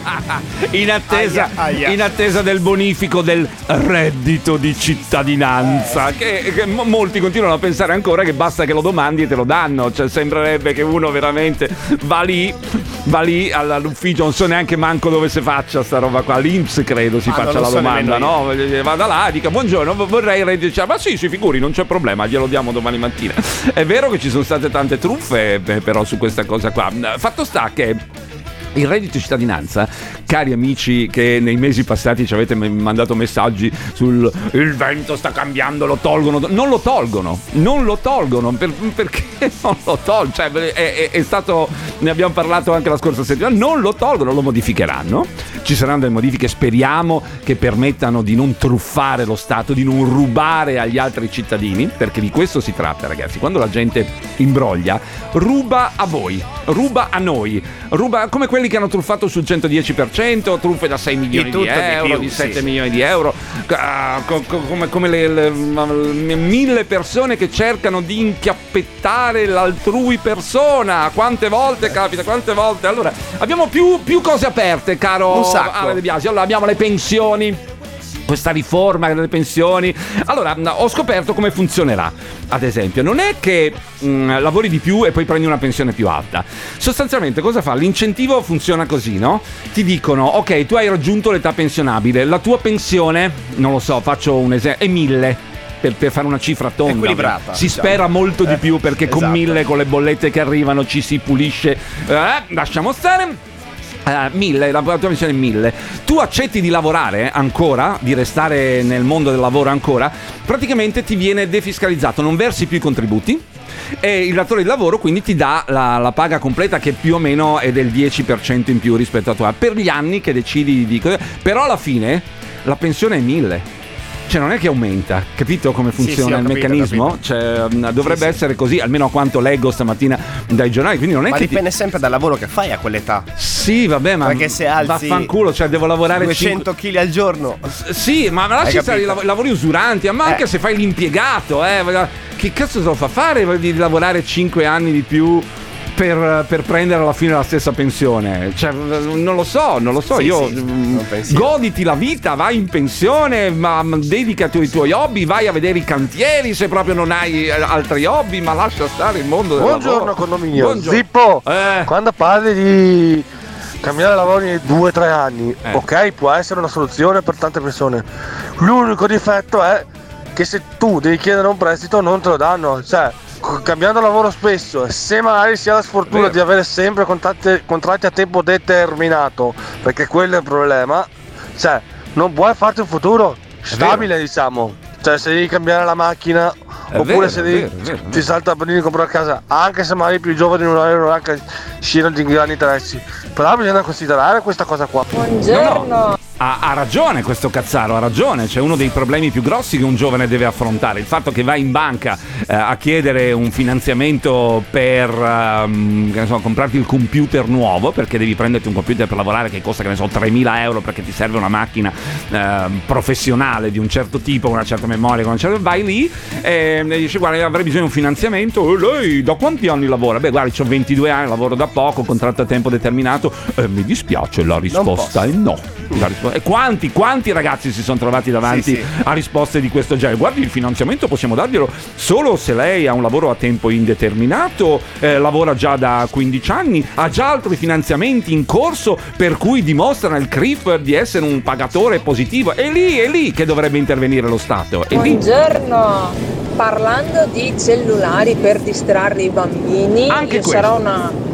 In attesa, Aia, aia. in attesa del bonifico del reddito di cittadinanza, che, che mo- molti continuano a pensare ancora che basta che lo domandi e te lo danno, cioè sembrerebbe che uno veramente va lì va lì all'ufficio, non so neanche manco dove si faccia sta roba qua, l'I N P S credo si Ah, faccia non lo la so domanda, nemmeno no? Vada là e dica buongiorno, vorrei il reddito, ma sì, si figuri, non c'è problema, glielo diamo domani mattina. È vero che ci sono state tante truffe beh, però su questa cosa qua. Fatto sta che il reddito di cittadinanza, cari amici che nei mesi passati ci avete mandato messaggi sul il vento sta cambiando, lo tolgono, non lo tolgono, non lo tolgono, per, perché non lo tolgono? Cioè, è, è, è stato, ne abbiamo parlato anche la scorsa settimana, non lo tolgono, lo modificheranno, ci saranno delle modifiche, speriamo che permettano di non truffare lo Stato, di non rubare agli altri cittadini, perché di questo si tratta ragazzi, quando la gente imbroglia, ruba a voi, ruba a noi, ruba come quelli che hanno truffato sul centodieci per cento, truffe da sei milioni di, di euro, di, più, di sette sì, milioni di euro, uh, co- co- come, come le, le, le mille persone che cercano di inchiappettare l'altrui persona. Quante volte capita, quante volte? Allora, abbiamo più, più cose aperte, caro Ale De Biasi. Allora, abbiamo le pensioni, questa riforma delle pensioni. Allora, ho scoperto come funzionerà. Ad esempio, non è che mh, lavori di più e poi prendi una pensione più alta. Sostanzialmente cosa fa? L'incentivo funziona così, no? Ti dicono, ok, tu hai raggiunto l'età pensionabile, la tua pensione, non lo so, faccio un esempio, è mille. Per, per fare una cifra tonda, equilibrata, si diciamo. spera molto di più perché esatto. con mille, con le bollette che arrivano, ci si pulisce. Eh, lasciamo stare. Uh, mille, la tua pensione è mille. Tu accetti di lavorare ancora, di restare nel mondo del lavoro ancora, praticamente ti viene defiscalizzato, non versi più i contributi e il datore di lavoro quindi ti dà la, la paga completa, che più o meno è del dieci per cento in più rispetto a tua, per gli anni che decidi di... Però alla fine la pensione è mille. Cioè non è che aumenta, capito come funziona sì, sì, il capito, meccanismo? Cioè, dovrebbe sì, essere così, almeno a quanto leggo stamattina dai giornali. Quindi non è ma che dipende ti... sempre dal lavoro che fai a quell'età. Sì, vabbè, ma perché se alzi vaffanculo, cioè devo lavorare duecento chili al giorno. Sì, ma lasci stare i lav- lavori usuranti, ma anche eh. se fai l'impiegato, eh, che cazzo te lo fa fare di lavorare cinque anni di più? Per, per prendere alla fine la stessa pensione, cioè non lo so, non lo so, sì, io sì, goditi la vita, vai in pensione, ma dedicati ai tuoi hobby, vai a vedere i cantieri se proprio non hai altri hobby, ma lascia stare il mondo del Buongiorno lavoro. condominio. Buongiorno. Zippo, eh. quando parli di cambiare lavoro in due o tre anni, eh. ok, può essere una soluzione per tante persone. L'unico difetto è che se tu devi chiedere un prestito non te lo danno, cioè cambiando lavoro spesso, se magari si ha la sfortuna Vero. di avere sempre contratti, contratti a tempo determinato, perché quello è il problema, cioè non puoi farti un futuro stabile, vero. diciamo, cioè se devi cambiare la macchina è oppure vero, se devi, vero, vero, ti salta a di comprare casa, anche se magari i più giovani non avevano anche sciano di grandi interessi, però bisogna considerare questa cosa qua. Buongiorno. No, no. Ha, ha ragione questo Cazzaro, ha ragione, c'è uno dei problemi più grossi che un giovane deve affrontare, il fatto che vai in banca eh, a chiedere un finanziamento per um, che ne so, comprarti il computer nuovo, perché devi prenderti un computer per lavorare che costa, che ne so, tremila euro perché ti serve una macchina eh, professionale di un certo tipo, una certa memoria, con una certa... vai lì e dici guarda avrei bisogno di un finanziamento, e lei da quanti anni lavora? Beh guarda, ho ventidue anni, lavoro da poco, contratto a tempo determinato, eh, mi dispiace, la risposta è no. La risposta E quanti, quanti ragazzi si sono trovati davanti sì, sì. a risposte di questo genere? Guardi, il finanziamento possiamo darglielo solo se lei ha un lavoro a tempo indeterminato, eh, lavora già da quindici anni, ha già altri finanziamenti in corso per cui dimostrano il C R I F di essere un pagatore positivo. È lì, è lì che dovrebbe intervenire lo Stato. È Buongiorno, lì. Parlando di cellulari per distrarre i bambini, Anche io questo. sarò una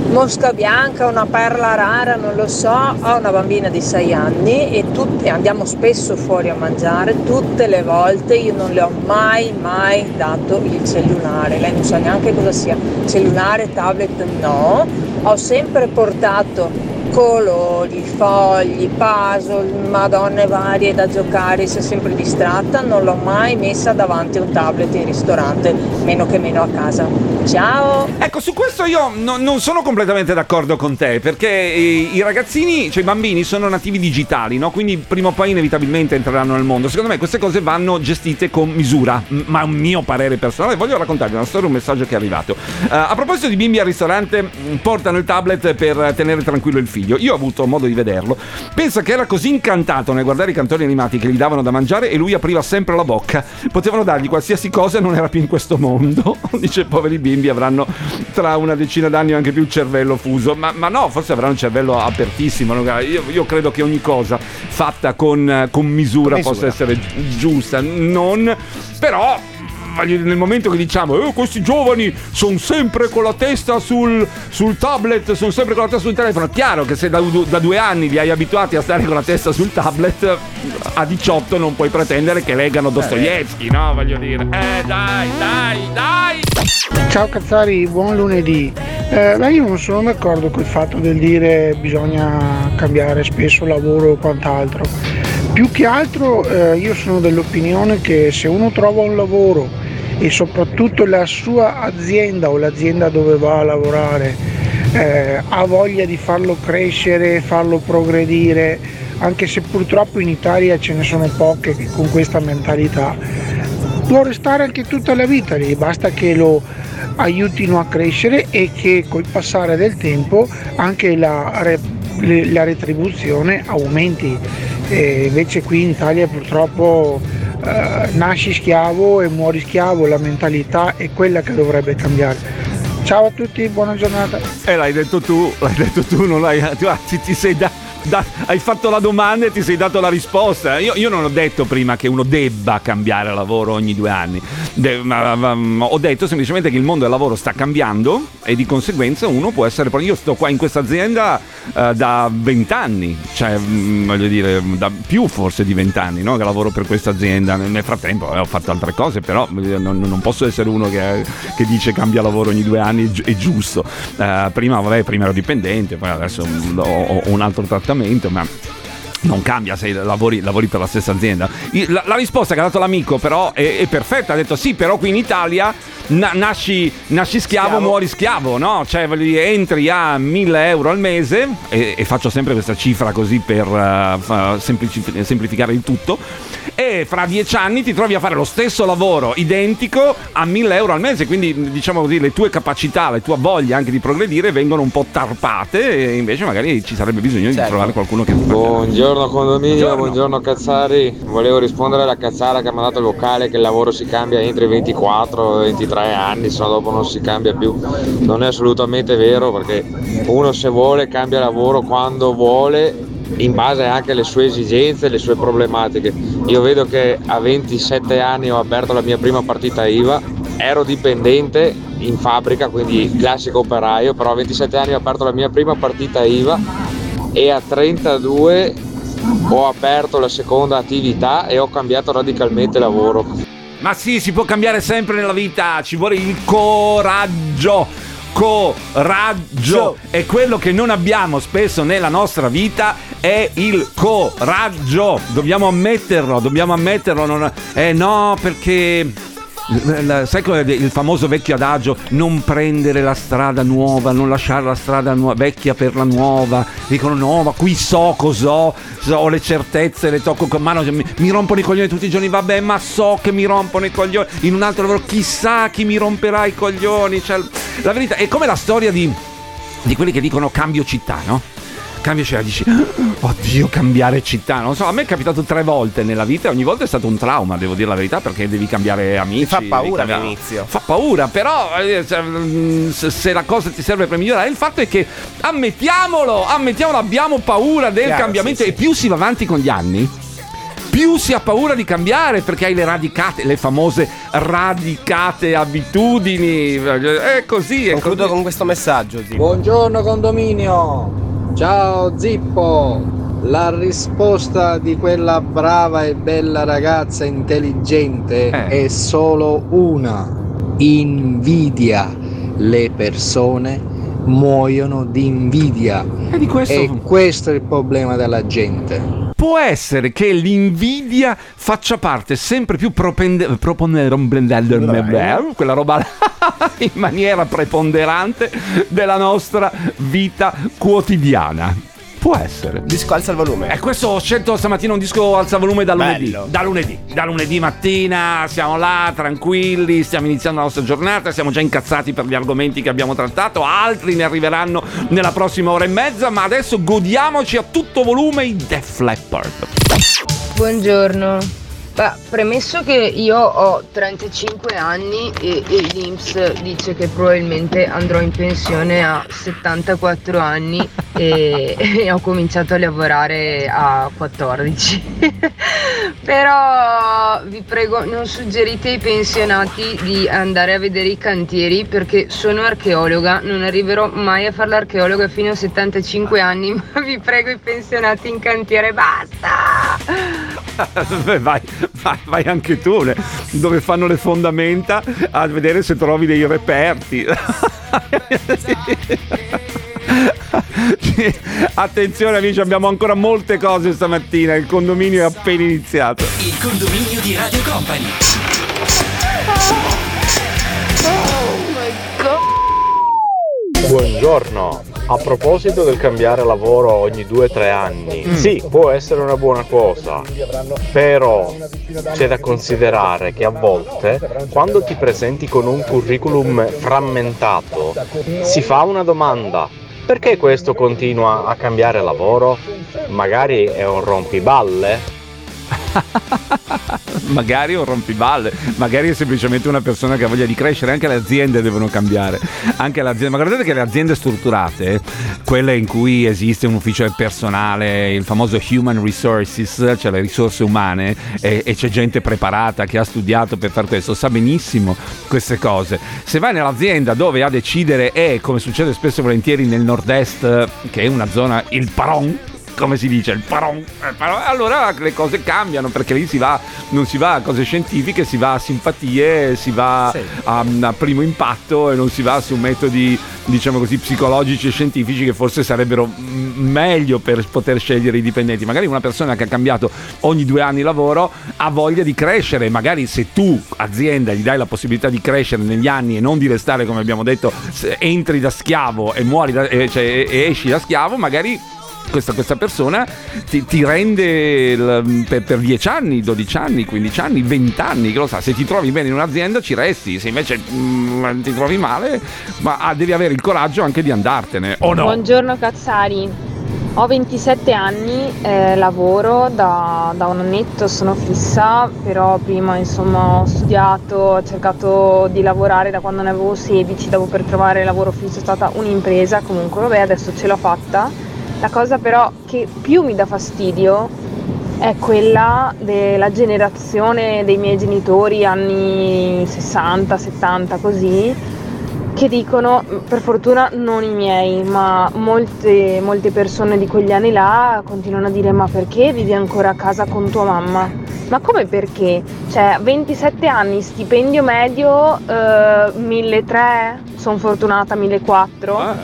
mosca bianca, una perla rara, non lo so. Ho una bambina di sei anni e tutte, andiamo spesso fuori a mangiare, tutte le volte io non le ho mai mai dato il cellulare, lei non sa neanche cosa sia cellulare, tablet, no. Ho sempre portato colori, fogli, puzzle, madonne varie da giocare, si è sempre distratta, non l'ho mai messa davanti a un tablet in ristorante, meno che meno a casa. Ciao! Ecco, su questo io no, non sono completamente d'accordo con te, perché i, i ragazzini, cioè i bambini sono nativi digitali, no? Quindi prima o poi inevitabilmente entreranno nel mondo. Secondo me queste cose vanno gestite con misura, ma è un mio parere personale. Voglio raccontarvi una storia, un messaggio che è arrivato. Uh, a proposito di bimbi al ristorante, portano il tablet per tenere tranquillo il figlio. Io ho avuto modo di vederlo. Pensa che era così incantato nel guardare i cartoni animati che gli davano da mangiare e lui apriva sempre la bocca. Potevano dargli qualsiasi cosa e non era più in questo mondo. Dice, poveri bimbi avranno tra una decina d'anni o anche più il cervello fuso. Ma, ma no, forse avranno il cervello apertissimo. Io, io credo che ogni cosa fatta con, con misura, misura possa essere giusta. Non... Però... nel momento che diciamo eh, questi giovani sono sempre con la testa sul, sul tablet, sono sempre con la testa sul telefono, chiaro che se da, da due anni li hai abituati a stare con la testa sul tablet, a diciotto non puoi pretendere che leggano Dostoevskij, no? Voglio dire, eh dai, dai, dai! Ciao Cazzari, buon lunedì. Eh, beh, io non sono d'accordo col fatto del dire bisogna cambiare spesso lavoro o quant'altro. Più che altro eh, io sono dell'opinione che se uno trova un lavoro e soprattutto la sua azienda o l'azienda dove va a lavorare eh, ha voglia di farlo crescere, farlo progredire, anche se purtroppo in Italia ce ne sono poche che con questa mentalità, può restare anche tutta la vita lì, basta che lo aiutino a crescere e che col passare del tempo anche la, la retribuzione aumenti. E invece qui in Italia purtroppo eh, nasci schiavo e muori schiavo, la mentalità è quella che dovrebbe cambiare. Ciao a tutti, buona giornata. Eh, l'hai detto tu, l'hai detto tu, non l'hai. Tu, ti, ti sei da, da, hai fatto la domanda e ti sei dato la risposta. Io, io non ho detto prima che uno debba cambiare lavoro ogni due anni. De, ma, ma, ho detto semplicemente che il mondo del lavoro sta cambiando e di conseguenza uno può essere. Io sto qua in questa azienda uh, da vent'anni, cioè mh, voglio dire, da più forse di vent'anni, no? Che lavoro per questa azienda. Nel frattempo eh, ho fatto altre cose, però non, non posso essere uno che, che dice cambia lavoro ogni due anni, è giusto. Uh, prima, vabbè, prima ero dipendente, poi adesso ho, ho un altro trattamento, ma non cambia se lavori, lavori per la stessa azienda. La, la risposta che ha dato l'amico però è, è perfetta, ha detto sì, però qui in Italia na, nasci, nasci schiavo, schiavo, muori schiavo, no? Cioè voglio dire, entri a mille euro al mese e, e faccio sempre questa cifra così per uh, semplici- semplificare il tutto, e fra dieci anni ti trovi a fare lo stesso lavoro identico a mille euro al mese, quindi diciamo così le tue capacità, la tua voglia anche di progredire vengono un po' tarpate e invece magari ci sarebbe bisogno certo. di trovare qualcuno che ti Buongiorno condominio, buongiorno. buongiorno Cazzari, volevo rispondere alla cazzara che mi ha mandato il vocale che il lavoro si cambia entro i ventiquattro ventitré anni, se no dopo non si cambia più. Non è assolutamente vero, perché uno se vuole cambia lavoro quando vuole, in base anche alle sue esigenze, alle sue problematiche. Io vedo che a ventisette anni ho aperto la mia prima partita I V A, ero dipendente in fabbrica, quindi classico operaio, però a ventisette anni ho aperto la mia prima partita I V A e a trentadue ho aperto la seconda attività e ho cambiato radicalmente lavoro. Ma sì, si può cambiare sempre nella vita, ci vuole il coraggio. Coraggio, è quello che non abbiamo spesso nella nostra vita, è il coraggio, dobbiamo ammetterlo, dobbiamo ammetterlo, non... eh no, perché sai qual è il famoso vecchio adagio, non prendere la strada nuova, non lasciare la strada nuova, vecchia per la nuova. Dicono no, ma qui so cos'ho, so, ho le certezze, le tocco con mano, mi, mi rompono i coglioni tutti i giorni, vabbè, ma so che mi rompono i coglioni. In un altro lavoro chissà chi mi romperà i coglioni, cioè, la verità è come la storia di, di quelli che dicono cambio città, no? Cambio città, dici oddio, cambiare città, non so, a me è capitato tre volte nella vita e ogni volta è stato un trauma, devo dire la verità, perché devi cambiare amici. Ti fa paura cambiare... all'inizio. Fa paura, però se la cosa ti serve per migliorare, il fatto è che ammettiamolo, ammettiamolo, abbiamo paura del Chiaro, cambiamento, sì, e più si va avanti con gli anni, più si ha paura di cambiare, perché hai le radicate, le famose radicate abitudini. È così, è Concludo così. con questo messaggio, Zippo. Buongiorno condominio, ciao Zippo. La risposta di quella brava e bella ragazza intelligente Eh. è solo una: invidia. Le persone muoiono di invidia E di questo- e questo è il problema della gente. Può essere che l'invidia faccia parte sempre più propende- proponere quella roba là, in maniera preponderante della nostra vita quotidiana. Può essere. Disco alza il volume. E questo ho scelto stamattina un disco alza volume da lunedì. Bello. Da lunedì. Da lunedì mattina siamo là, tranquilli, stiamo iniziando la nostra giornata, siamo già incazzati per gli argomenti che abbiamo trattato, altri ne arriveranno nella prossima ora e mezza, ma adesso godiamoci a tutto volume i Def Leppard. Buongiorno. Beh, premesso che io ho trentacinque anni e, e l'I N P S dice che probabilmente andrò in pensione a settantaquattro anni e, e ho cominciato a lavorare a quattordici. Però vi prego, non suggerite ai pensionati di andare a vedere i cantieri, perché sono archeologa, non arriverò mai a fare l'archeologa fino a settantacinque anni, ma vi prego i pensionati in cantiere, basta! Beh, vai, vai, vai anche tu, ne- dove fanno le fondamenta, a vedere se trovi dei reperti. Attenzione amici, abbiamo ancora molte cose stamattina, il condominio è appena iniziato. Il condominio di Radio Company. Buongiorno, a proposito del cambiare lavoro ogni due o tre anni, Mm. sì, può essere una buona cosa, però c'è da considerare che a volte quando ti presenti con un curriculum frammentato si fa una domanda: perché questo continua a cambiare lavoro? Magari è un rompiballe? Magari un rompiballe, magari è semplicemente una persona che ha voglia di crescere. Anche le aziende devono cambiare, anche le aziende, ma guardate che le aziende strutturate, quelle in cui esiste un ufficio del personale, il famoso human resources, cioè le risorse umane, e, e c'è gente preparata che ha studiato per fare questo, sa benissimo queste cose. Se vai nell'azienda dove a decidere è, come succede spesso e volentieri nel nord-est, che è una zona, il Paron, come si dice, il paron, il paron, allora le cose cambiano, perché lì si va, non si va a cose scientifiche, si va a simpatie, si va Sì. a, a primo impatto e non si va su metodi, diciamo così, psicologici e scientifici che forse sarebbero mm, meglio per poter scegliere i dipendenti. Magari una persona che ha cambiato ogni due anni lavoro ha voglia di crescere, magari se tu, azienda, gli dai la possibilità di crescere negli anni e non di restare, come abbiamo detto, se entri da schiavo e muori da, e, cioè, e, e esci da schiavo, magari Questa, questa persona ti, ti rende il, per, per dieci anni, dodici anni, quindici anni, venti anni, che lo sa. Se ti trovi bene in un'azienda ci resti, se invece mm, ti trovi male, ma ah, devi avere il coraggio anche di andartene, o no? Buongiorno Cazzari, ho ventisette anni, eh, lavoro da, da un annetto, sono fissa, però prima insomma ho studiato, ho cercato di lavorare da quando ne avevo sedici, dopo per trovare lavoro fisso è stata un'impresa, comunque vabbè adesso ce l'ho fatta. La cosa però che più mi dà fastidio è quella della generazione dei miei genitori, anni sessanta, settanta così, che dicono, per fortuna non i miei, ma molte, molte persone di quegli anni là continuano a dire: ma perché vivi ancora a casa con tua mamma? Ma come perché? Cioè, ventisette anni, stipendio medio eh, milletrecento, sono fortunata millequattrocento,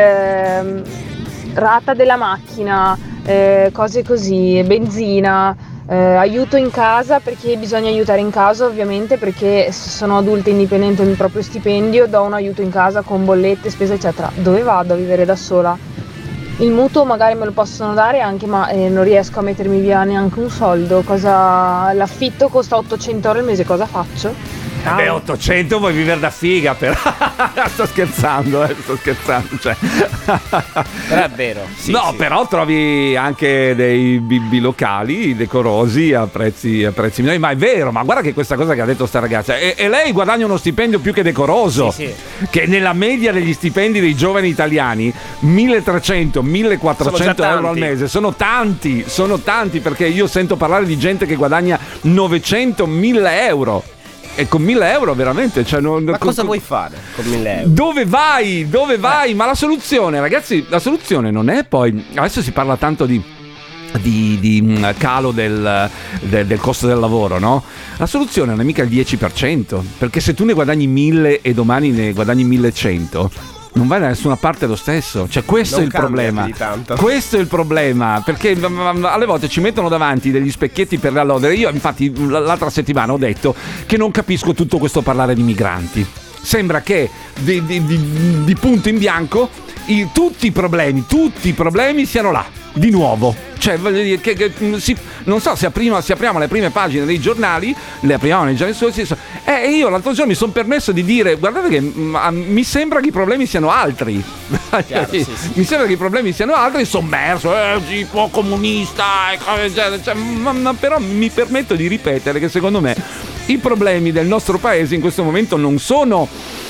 ehm, rata della macchina, eh, cose così, benzina, eh, aiuto in casa, perché bisogna aiutare in casa ovviamente, perché se sono adulta indipendente del proprio stipendio, do un aiuto in casa con bollette, spese eccetera. Dove vado a vivere da sola? Il mutuo magari me lo possono dare anche, ma eh, non riesco a mettermi via neanche un soldo. Cosa... L'affitto costa ottocento euro al mese, cosa faccio? Beh, ottocento vuoi vivere da figa, però. sto scherzando, eh, sto scherzando. Cioè. Però è vero. Sì, no, sì. però trovi anche dei bilocali decorosi a prezzi, a prezzi minori. Ma è vero, ma guarda che questa cosa che ha detto sta ragazza. E, e lei guadagna uno stipendio più che decoroso. Sì, sì. Che nella media degli stipendi dei giovani italiani, milletrecento millequattrocento euro al mese. Sono tanti, sono tanti, perché io sento parlare di gente che guadagna novecento mille euro. E con mille euro veramente, cioè, non, ma con, cosa vuoi fare con mille euro? Dove vai? Dove vai? Eh. Ma la soluzione, ragazzi, la soluzione non è poi. Adesso si parla tanto di Di, di calo del, del, del costo del lavoro, no? La soluzione non è mica il dieci per cento, perché se tu ne guadagni mille e domani ne guadagni millecento, non vai da nessuna parte lo stesso. Cioè questo non è il problema. Tanto. Questo è il problema, perché alle volte ci mettono davanti degli specchietti per le allodere. Io infatti l'altra settimana ho detto che non capisco tutto questo parlare di migranti. Sembra che di, di, di, di punto in bianco i, tutti i problemi, tutti i problemi siano là, di nuovo. Cioè, voglio dire, che, che si, non so se apriamo, se apriamo le prime pagine dei giornali, le apriamo nei giornali stessi. E eh, io l'altro giorno mi sono permesso di dire: guardate che mh, mi sembra che i problemi siano altri. Chiaro, sì, sì. Mi sembra che i problemi siano altri. Sommerso, eh, tipo comunista, e cose, cioè, cioè, ma, ma però mi permetto di ripetere che secondo me i problemi del nostro paese in questo momento non sono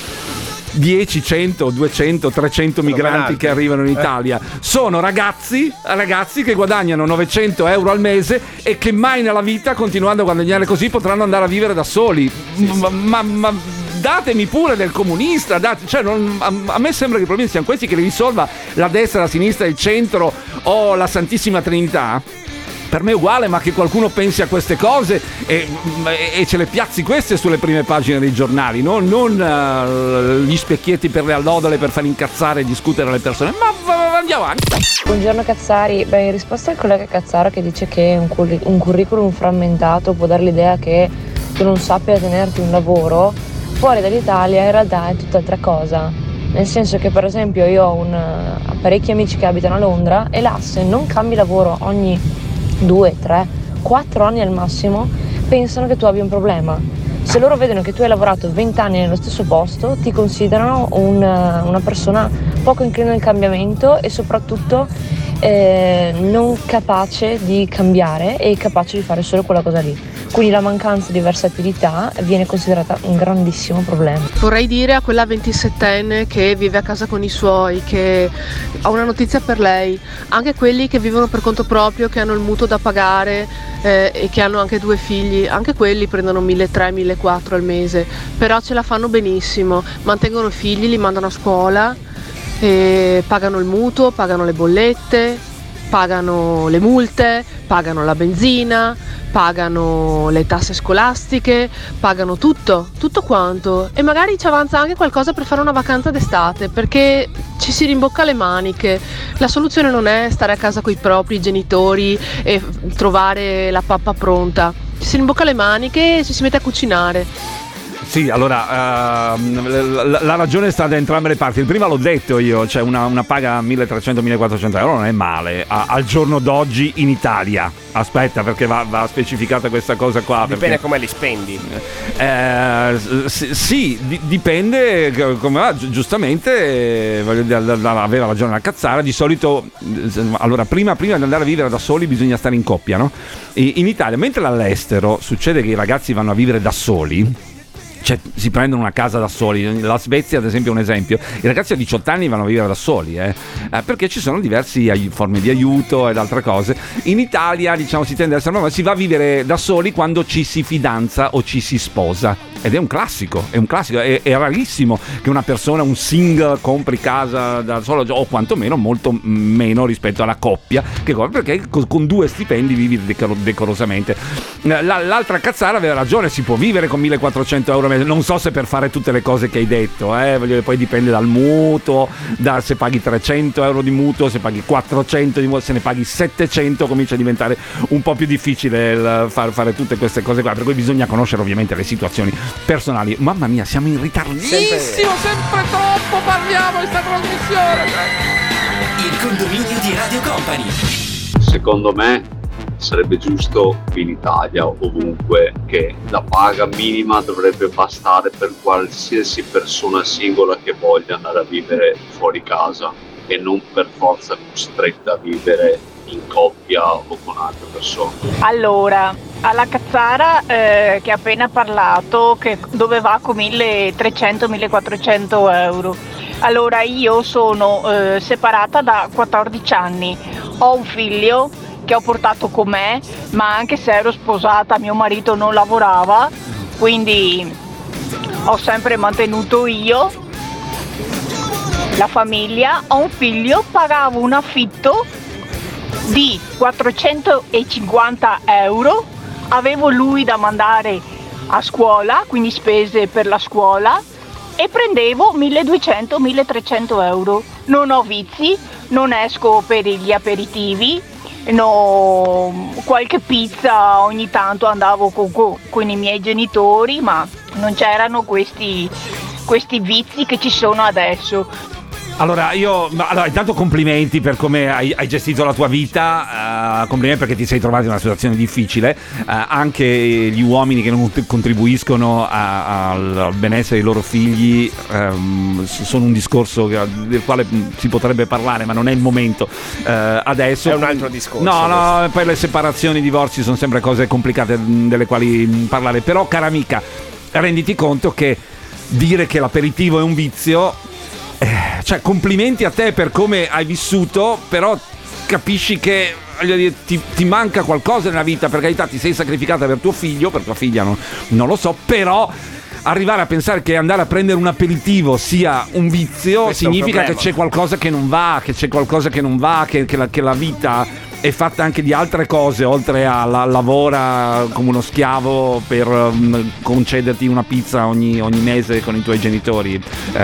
dieci, cento, duecento, trecento sono migranti che arrivano in Italia. Eh. Sono ragazzi, ragazzi che guadagnano novecento euro al mese e che mai nella vita, continuando a guadagnare così, potranno andare a vivere da soli. Sì, ma, sì. Ma, ma datemi pure del comunista, date, cioè non, a, a me sembra che i problemi siano questi, che li risolva la destra, la sinistra, il centro o la Santissima Trinità. Per me è uguale, ma che qualcuno pensi a queste cose e, e, e ce le piazzi queste sulle prime pagine dei giornali, no? Non uh, gli specchietti per le allodole per far incazzare e discutere le persone. Ma, ma andiamo avanti. Buongiorno Cazzari, beh, in risposta al collega Cazzaro che dice che un, curri- un curriculum frammentato può dare l'idea che tu non sappia tenerti un lavoro, fuori dall'Italia in realtà è tutt'altra cosa. Nel senso che per esempio io ho un, parecchi amici che abitano a Londra e là se non cambi lavoro ogni due, tre, quattro anni al massimo, pensano che tu abbia un problema. Se loro vedono che tu hai lavorato venti anni nello stesso posto, ti considerano un, una persona poco incline al cambiamento e soprattutto eh, non capace di cambiare e capace di fare solo quella cosa lì. Quindi la mancanza di versatilità viene considerata un grandissimo problema. Vorrei dire a quella ventisettenne che vive a casa con i suoi che ho una notizia per lei: anche quelli che vivono per conto proprio, che hanno il mutuo da pagare eh, e che hanno anche due figli, anche quelli prendono milletrecento millequattrocento al mese, però ce la fanno benissimo, mantengono i figli, li mandano a scuola, e pagano il mutuo, pagano le bollette, pagano le multe, pagano la benzina, pagano le tasse scolastiche, pagano tutto, tutto quanto, e magari ci avanza anche qualcosa per fare una vacanza d'estate, perché ci si rimbocca le maniche. La soluzione non è stare a casa coi propri genitori e trovare la pappa pronta, ci si rimbocca le maniche e ci si mette a cucinare. Sì, allora, uh, la, la ragione sta da entrambe le parti. Il prima l'ho detto io, cioè una, una paga milletrecento millequattrocento euro non è male a, al giorno d'oggi in Italia. Aspetta, perché va, va specificata questa cosa qua. Dipende perché, come li spendi. Eh, sì, sì di, dipende come va. Giustamente, eh, aveva ragione la Cazzara. Di solito, allora, prima, prima di andare a vivere da soli bisogna stare in coppia, no? E in Italia, mentre all'estero succede che i ragazzi vanno a vivere da soli, cioè si prendono una casa da soli. La Svezia ad esempio è un esempio. I ragazzi a diciotto anni vanno a vivere da soli eh? Eh, perché ci sono diverse ai- forme di aiuto ed altre cose. In Italia diciamo si tende a essere, ma si va a vivere da soli quando ci si fidanza o ci si sposa, ed è un classico, è un classico, è, è rarissimo che una persona, un single, compri casa da solo, o quantomeno molto meno rispetto alla coppia, che perché con due stipendi vivi decor- decorosamente. La, l'altra Cazzara aveva ragione, si può vivere con millequattrocento euro al mese. Non so se per fare tutte le cose che hai detto, eh, voglio dire, poi dipende dal mutuo, da se paghi trecento euro di mutuo, se paghi quattrocento di mutuo, se ne paghi settecento comincia a diventare un po' più difficile il far, fare tutte queste cose qua, per cui bisogna conoscere ovviamente le situazioni personali. Mamma mia, siamo in ritardissimo, sempre, sempre troppo parliamo in sta trasmissione. Il condominio di Radio Company. Secondo me sarebbe giusto qui in Italia, ovunque, che la paga minima dovrebbe bastare per qualsiasi persona singola che voglia andare a vivere fuori casa e non per forza costretta a vivere in coppia o con altre persone. Allora, alla Cazzara eh, che ha appena parlato, che dove va con milletrecento millequattrocento euro. Allora, io sono eh, separata da quattordici anni, ho un figlio che ho portato con me, ma anche se ero sposata mio marito non lavorava, quindi ho sempre mantenuto io la famiglia, ho un figlio, pagavo un affitto di quattrocentocinquanta euro, avevo lui da mandare a scuola, quindi spese per la scuola, e prendevo milleduecento milletrecento euro. Non ho vizi, non esco per gli aperitivi, no, qualche pizza ogni tanto andavo con, con i miei genitori, ma non c'erano questi, questi vizi che ci sono adesso. Allora, io allora, intanto complimenti per come hai, hai gestito la tua vita, uh, complimenti perché ti sei trovato in una situazione difficile, uh, anche gli uomini che non contribuiscono a, a, al benessere dei loro figli um, sono un discorso che, del quale si potrebbe parlare, ma non è il momento uh, adesso. È un altro discorso. No, no, poi le separazioni, i divorzi sono sempre cose complicate delle quali parlare, però cara amica, renditi conto che dire che l'aperitivo è un vizio, cioè complimenti a te per come hai vissuto, però capisci che voglio dire, ti, ti manca qualcosa nella vita, per carità ti sei sacrificata per tuo figlio, per tua figlia no, non lo so, però arrivare a pensare che andare a prendere un aperitivo sia un vizio, questo significa un che c'è qualcosa che non va, che c'è qualcosa che non va, che, che, la, che la vita è fatta anche di altre cose, oltre a la, lavora come uno schiavo per um, concederti una pizza ogni, ogni mese con i tuoi genitori.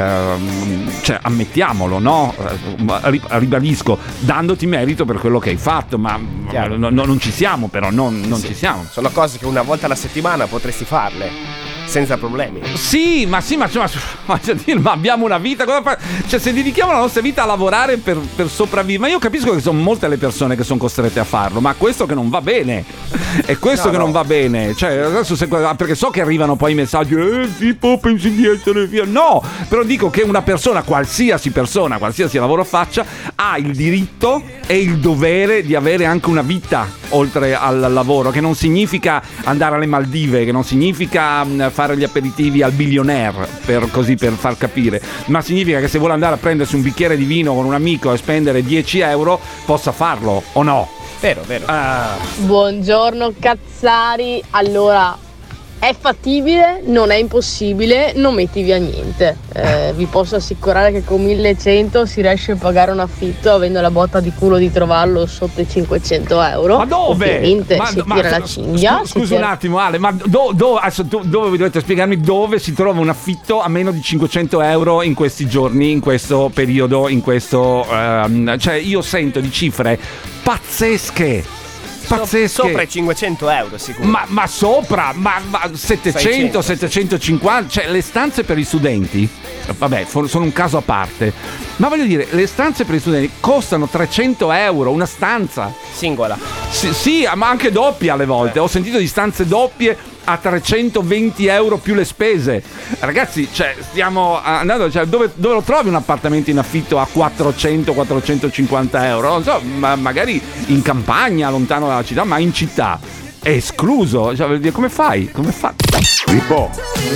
Uh, cioè, ammettiamolo, no? Uh, ribadisco, dandoti merito per quello che hai fatto, ma no, no, non ci siamo però, non, non sì. ci siamo. Sono cose che una volta alla settimana potresti farle senza problemi. Sì, ma sì, ma, ma, ma, ma abbiamo una vita, cosa fa? Cioè, se dedichiamo la nostra vita a lavorare per, per sopravvivere, ma io capisco che sono molte le persone che sono costrette a farlo, ma questo che non va bene, è questo no, che no. non va bene, cioè adesso se, perché so che arrivano poi i messaggi, eh tipo pensi di essere via, no, però dico che una persona, qualsiasi persona, qualsiasi lavoro faccia, ha il diritto e il dovere di avere anche una vita oltre al lavoro, che non significa andare alle Maldive, che non significa fare gli aperitivi al billionaire, per così per far capire, ma significa che se vuole andare a prendersi un bicchiere di vino con un amico e spendere dieci euro possa farlo, o no? Vero, vero. Uh. Buongiorno Cazzari, allora è fattibile, non è impossibile, non metti via niente. Eh, vi posso assicurare che con millecento si riesce a pagare un affitto avendo la botta di culo di trovarlo sotto i cinquecento euro. Ma dove? Ovviamente ma, si ma, tira ma, la cinghia. Scusa tira... un attimo Ale, ma do, do, adesso, do, dove dovete spiegarmi dove si trova un affitto a meno di cinquecento euro in questi giorni, in questo periodo, in questo... Um, cioè io sento di cifre pazzesche. Pazzesche. Sopra i cinquecento euro sicuro. Ma, ma sopra, ma, ma settecento, settecentocinquanta, cioè le stanze per gli studenti, vabbè, sono un caso a parte, ma voglio dire, le stanze per gli studenti costano trecento euro una stanza singola. Sì, sì, ma anche doppia alle volte. Eh. Ho sentito di stanze doppie a trecentoventi euro più le spese. Ragazzi, cioè, stiamo andando, cioè, dove, dove lo trovi un appartamento in affitto a quattrocento quattrocentocinquanta euro? Non so, ma magari in campagna, lontano dalla città, ma in città è escluso. Cioè, voglio dire, come fai? Come fai? Ripo.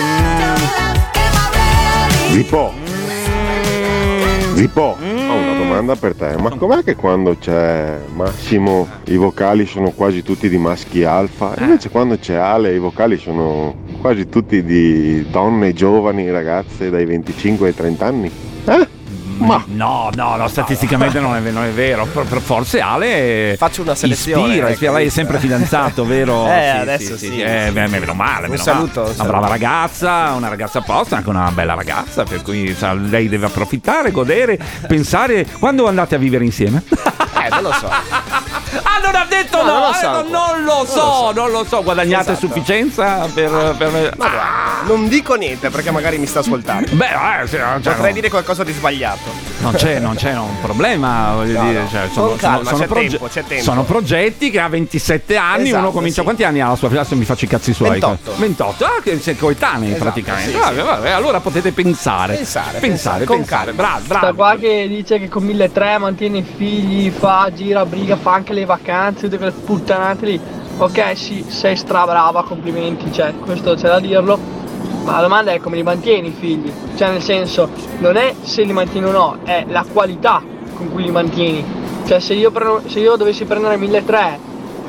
Ripo. Ripo. Ho una domanda per te, ma com'è che quando c'è Massimo i vocali sono quasi tutti di maschi alfa, invece quando c'è Ale i vocali sono quasi tutti di donne giovani, ragazze dai venticinque ai trenta anni? Eh? Ma no, no, no, statisticamente non è, non è vero. Per, per forse Ale faccio una selezione. Ispira, ispira. Lei è sempre fidanzato, vero? Eh, sì, adesso sì. sì, sì, sì. Eh, sì. Beh, meno male. Un meno saluto. Male. Una brava ragazza, una ragazza apposta, anche una bella ragazza, per cui sa, lei deve approfittare, godere, pensare. Quando andate a vivere insieme? Eh, non lo so. Ah, non ha detto no, no, non lo eh, so, no, non non lo so, lo so. non lo so. Guadagnate Esatto. sufficienza per, per me. Ma guarda, non dico niente perché magari mi sta ascoltando. Beh, eh, sì, cioè, Potrei no. dire qualcosa di sbagliato. Non c'è, non c'è un problema, voglio No, dire. no. Cioè, sono, Con calma, sono, c'è proge- tempo, c'è tempo. sono progetti che a ventisette anni Esatto, uno comincia. sì. Quanti anni ha la sua figlia? Adesso mi faccio i cazzi suoi. ventotto. ventotto, ah, che siete coetanei Esatto, praticamente. sì, Vabbè, sì. vabbè, allora potete pensare. Pensare, pensare, con pensare. calma. Bravo, Sta bravo. qua che dice che con milletrecento mantiene i figli, fa, gira, briga, fa anche le vacanze, tutte quelle puttanate lì. Ok, sì, sei stra brava, complimenti, cioè, questo c'è da dirlo. Ma la domanda è come li mantieni i figli? Cioè, nel senso, non è se li mantieni o no, è la qualità con cui li mantieni. Cioè, se io, prendo, se io dovessi prendere milletrecento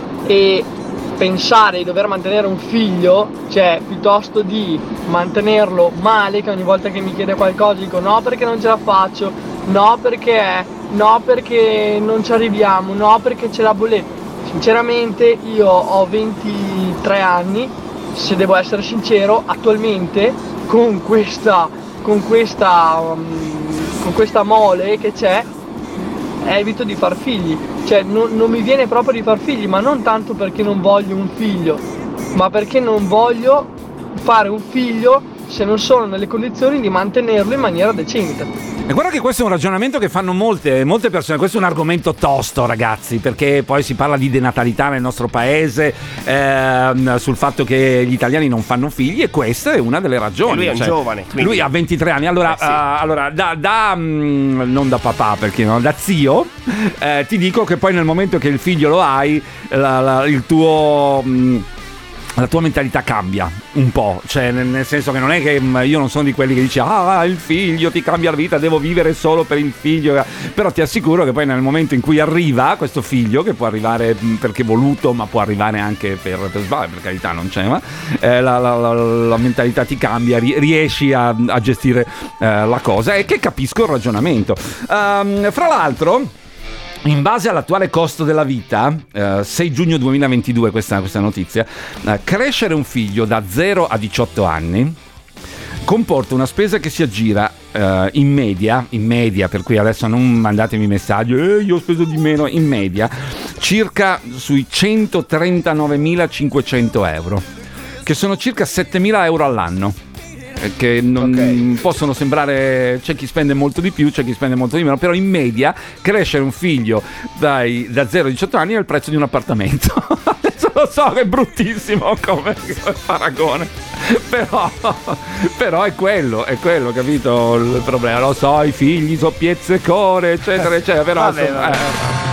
e pensare di dover mantenere un figlio, cioè piuttosto di mantenerlo male, che ogni volta che mi chiede qualcosa dico no perché non ce la faccio, no perché, no perché non ci arriviamo, no perché c'è la bolletta. Sinceramente io ho ventitré anni, se devo essere sincero, attualmente con questa, con questa, um, con questa mole che c'è, evito di far figli, cioè non, non mi viene proprio di far figli, ma non tanto perché non voglio un figlio, ma perché non voglio fare un figlio se non sono nelle condizioni di mantenerlo in maniera decente. E guarda che questo è un ragionamento che fanno molte, molte persone. Questo è un argomento tosto, ragazzi, perché poi si parla di denatalità nel nostro paese, ehm, sul fatto che gli italiani non fanno figli, e questa è una delle ragioni. E lui è un cioè, giovane, quindi. Lui ha ventitré anni. Allora, Eh sì. uh, allora da, da mh, non da papà, perché no, da zio, eh, ti dico che poi nel momento che il figlio lo hai, la, la, il tuo... Mh, la tua mentalità cambia un po', cioè nel, nel senso che non è che io non sono di quelli che dice ah il figlio ti cambia la vita, devo vivere solo per il figlio, però ti assicuro che poi nel momento in cui arriva questo figlio, che può arrivare perché voluto ma può arrivare anche per, per sbaglio, per carità non c'è, ma eh, la, la, la, la mentalità ti cambia, riesci a, a gestire eh, la cosa, e che capisco il ragionamento. Um, fra l'altro, in base all'attuale costo della vita, eh, sei giugno duemilaventidue questa, questa notizia, eh, crescere un figlio da zero a diciotto anni comporta una spesa che si aggira eh, in media, in media, per cui adesso non mandatemi messaggi, eh, io ho speso di meno, in media, circa sui centotrentanovemilacinquecento euro, che sono circa settemila euro all'anno. Che non okay. possono sembrare, c'è chi spende molto di più, c'è chi spende molto di meno, però in media crescere un figlio dai, da zero a diciotto anni è il prezzo di un appartamento. Adesso lo so che è bruttissimo come, come paragone, però, però è quello, è quello, capito il problema. Lo so, i figli soppiezze core, eccetera, eccetera, però vabbè, insomma, vabbè.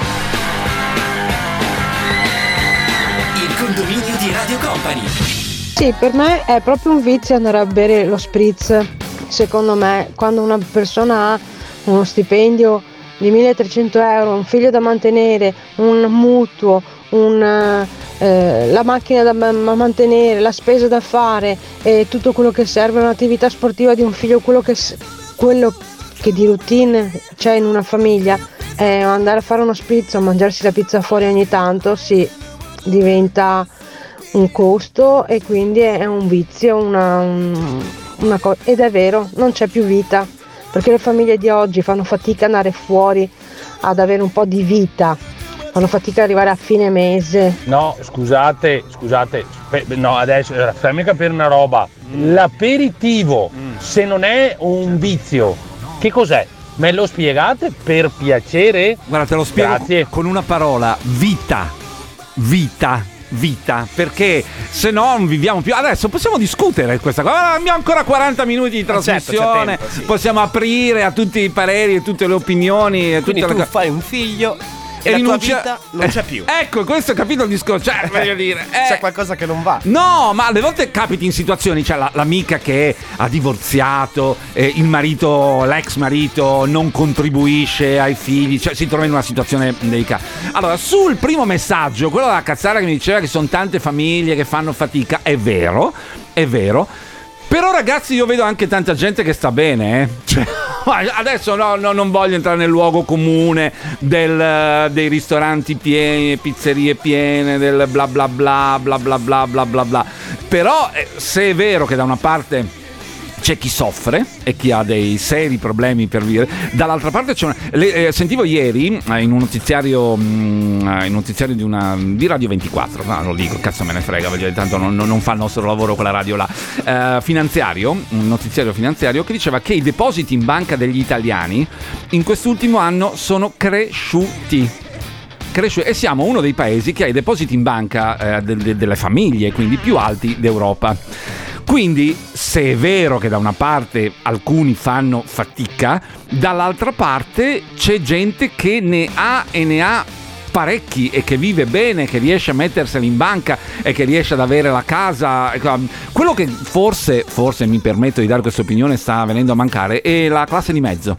Eh. Il condominio di Radio Company. Sì, per me è proprio un vizio andare a bere lo spritz. Secondo me, quando una persona ha uno stipendio di milletrecento euro, un figlio da mantenere, un mutuo, un, eh, la macchina da mantenere, la spesa da fare e tutto quello che serve a un'attività sportiva di un figlio, quello che, quello che di routine c'è in una famiglia, eh, andare a fare uno spritz o mangiarsi la pizza fuori ogni tanto, sì, diventa un costo e quindi è un vizio, una, un, una co- ed è vero, non c'è più vita, perché le famiglie di oggi fanno fatica ad andare fuori ad avere un po' di vita, fanno fatica ad arrivare a fine mese. No, scusate, scusate, no, adesso fammi capire una roba, l'aperitivo, se non è un vizio, che cos'è? Me lo spiegate per piacere? Guarda, te lo spiego. Grazie. Con una parola: vita, vita. Vita, perché se no non viviamo più. Adesso possiamo discutere questa cosa, abbiamo ancora quaranta minuti di trasmissione, certo, tempo, sì. Possiamo aprire a tutti i pareri e tutte le opinioni e quindi tutte tu le... fai un figlio e, e la rinuncia... tua vita non c'è più. Ecco, questo è capito il discorso, cioè, voglio dire, eh... c'è qualcosa che non va. No, ma alle volte capiti in situazioni, cioè la, l'amica che ha divorziato, eh, il marito, l'ex marito non contribuisce ai figli, cioè si trova in una situazione delicata. Allora, sul primo messaggio, quello della Cazzara che mi diceva che sono tante famiglie che fanno fatica, è vero, è vero. Però ragazzi, io vedo anche tanta gente che sta bene, eh? Cioè, adesso no, no, non voglio entrare nel luogo comune del, dei ristoranti pieni, pizzerie piene, del bla bla bla bla bla bla bla bla bla. Però eh, se è vero che da una parte c'è chi soffre e chi ha dei seri problemi per vivere. Dall'altra parte c'è una... Le, eh, sentivo ieri eh, in un notiziario mh, in un notiziario di una di Radio ventiquattro, no, lo dico, cazzo me ne frega, perché tanto non, non fa il nostro lavoro quella radio là, eh, finanziario, un notiziario finanziario che diceva che i depositi in banca degli italiani in quest'ultimo anno sono cresciuti. Cresce, e siamo uno dei paesi che ha i depositi in banca eh, de, de, delle famiglie, quindi più alti d'Europa. Quindi, se è vero che da una parte alcuni fanno fatica, dall'altra parte c'è gente che ne ha e ne ha parecchi e che vive bene, che riesce a metterseli in banca e che riesce ad avere la casa. Quello che forse, forse mi permetto di dare questa opinione, sta venendo a mancare è la classe di mezzo.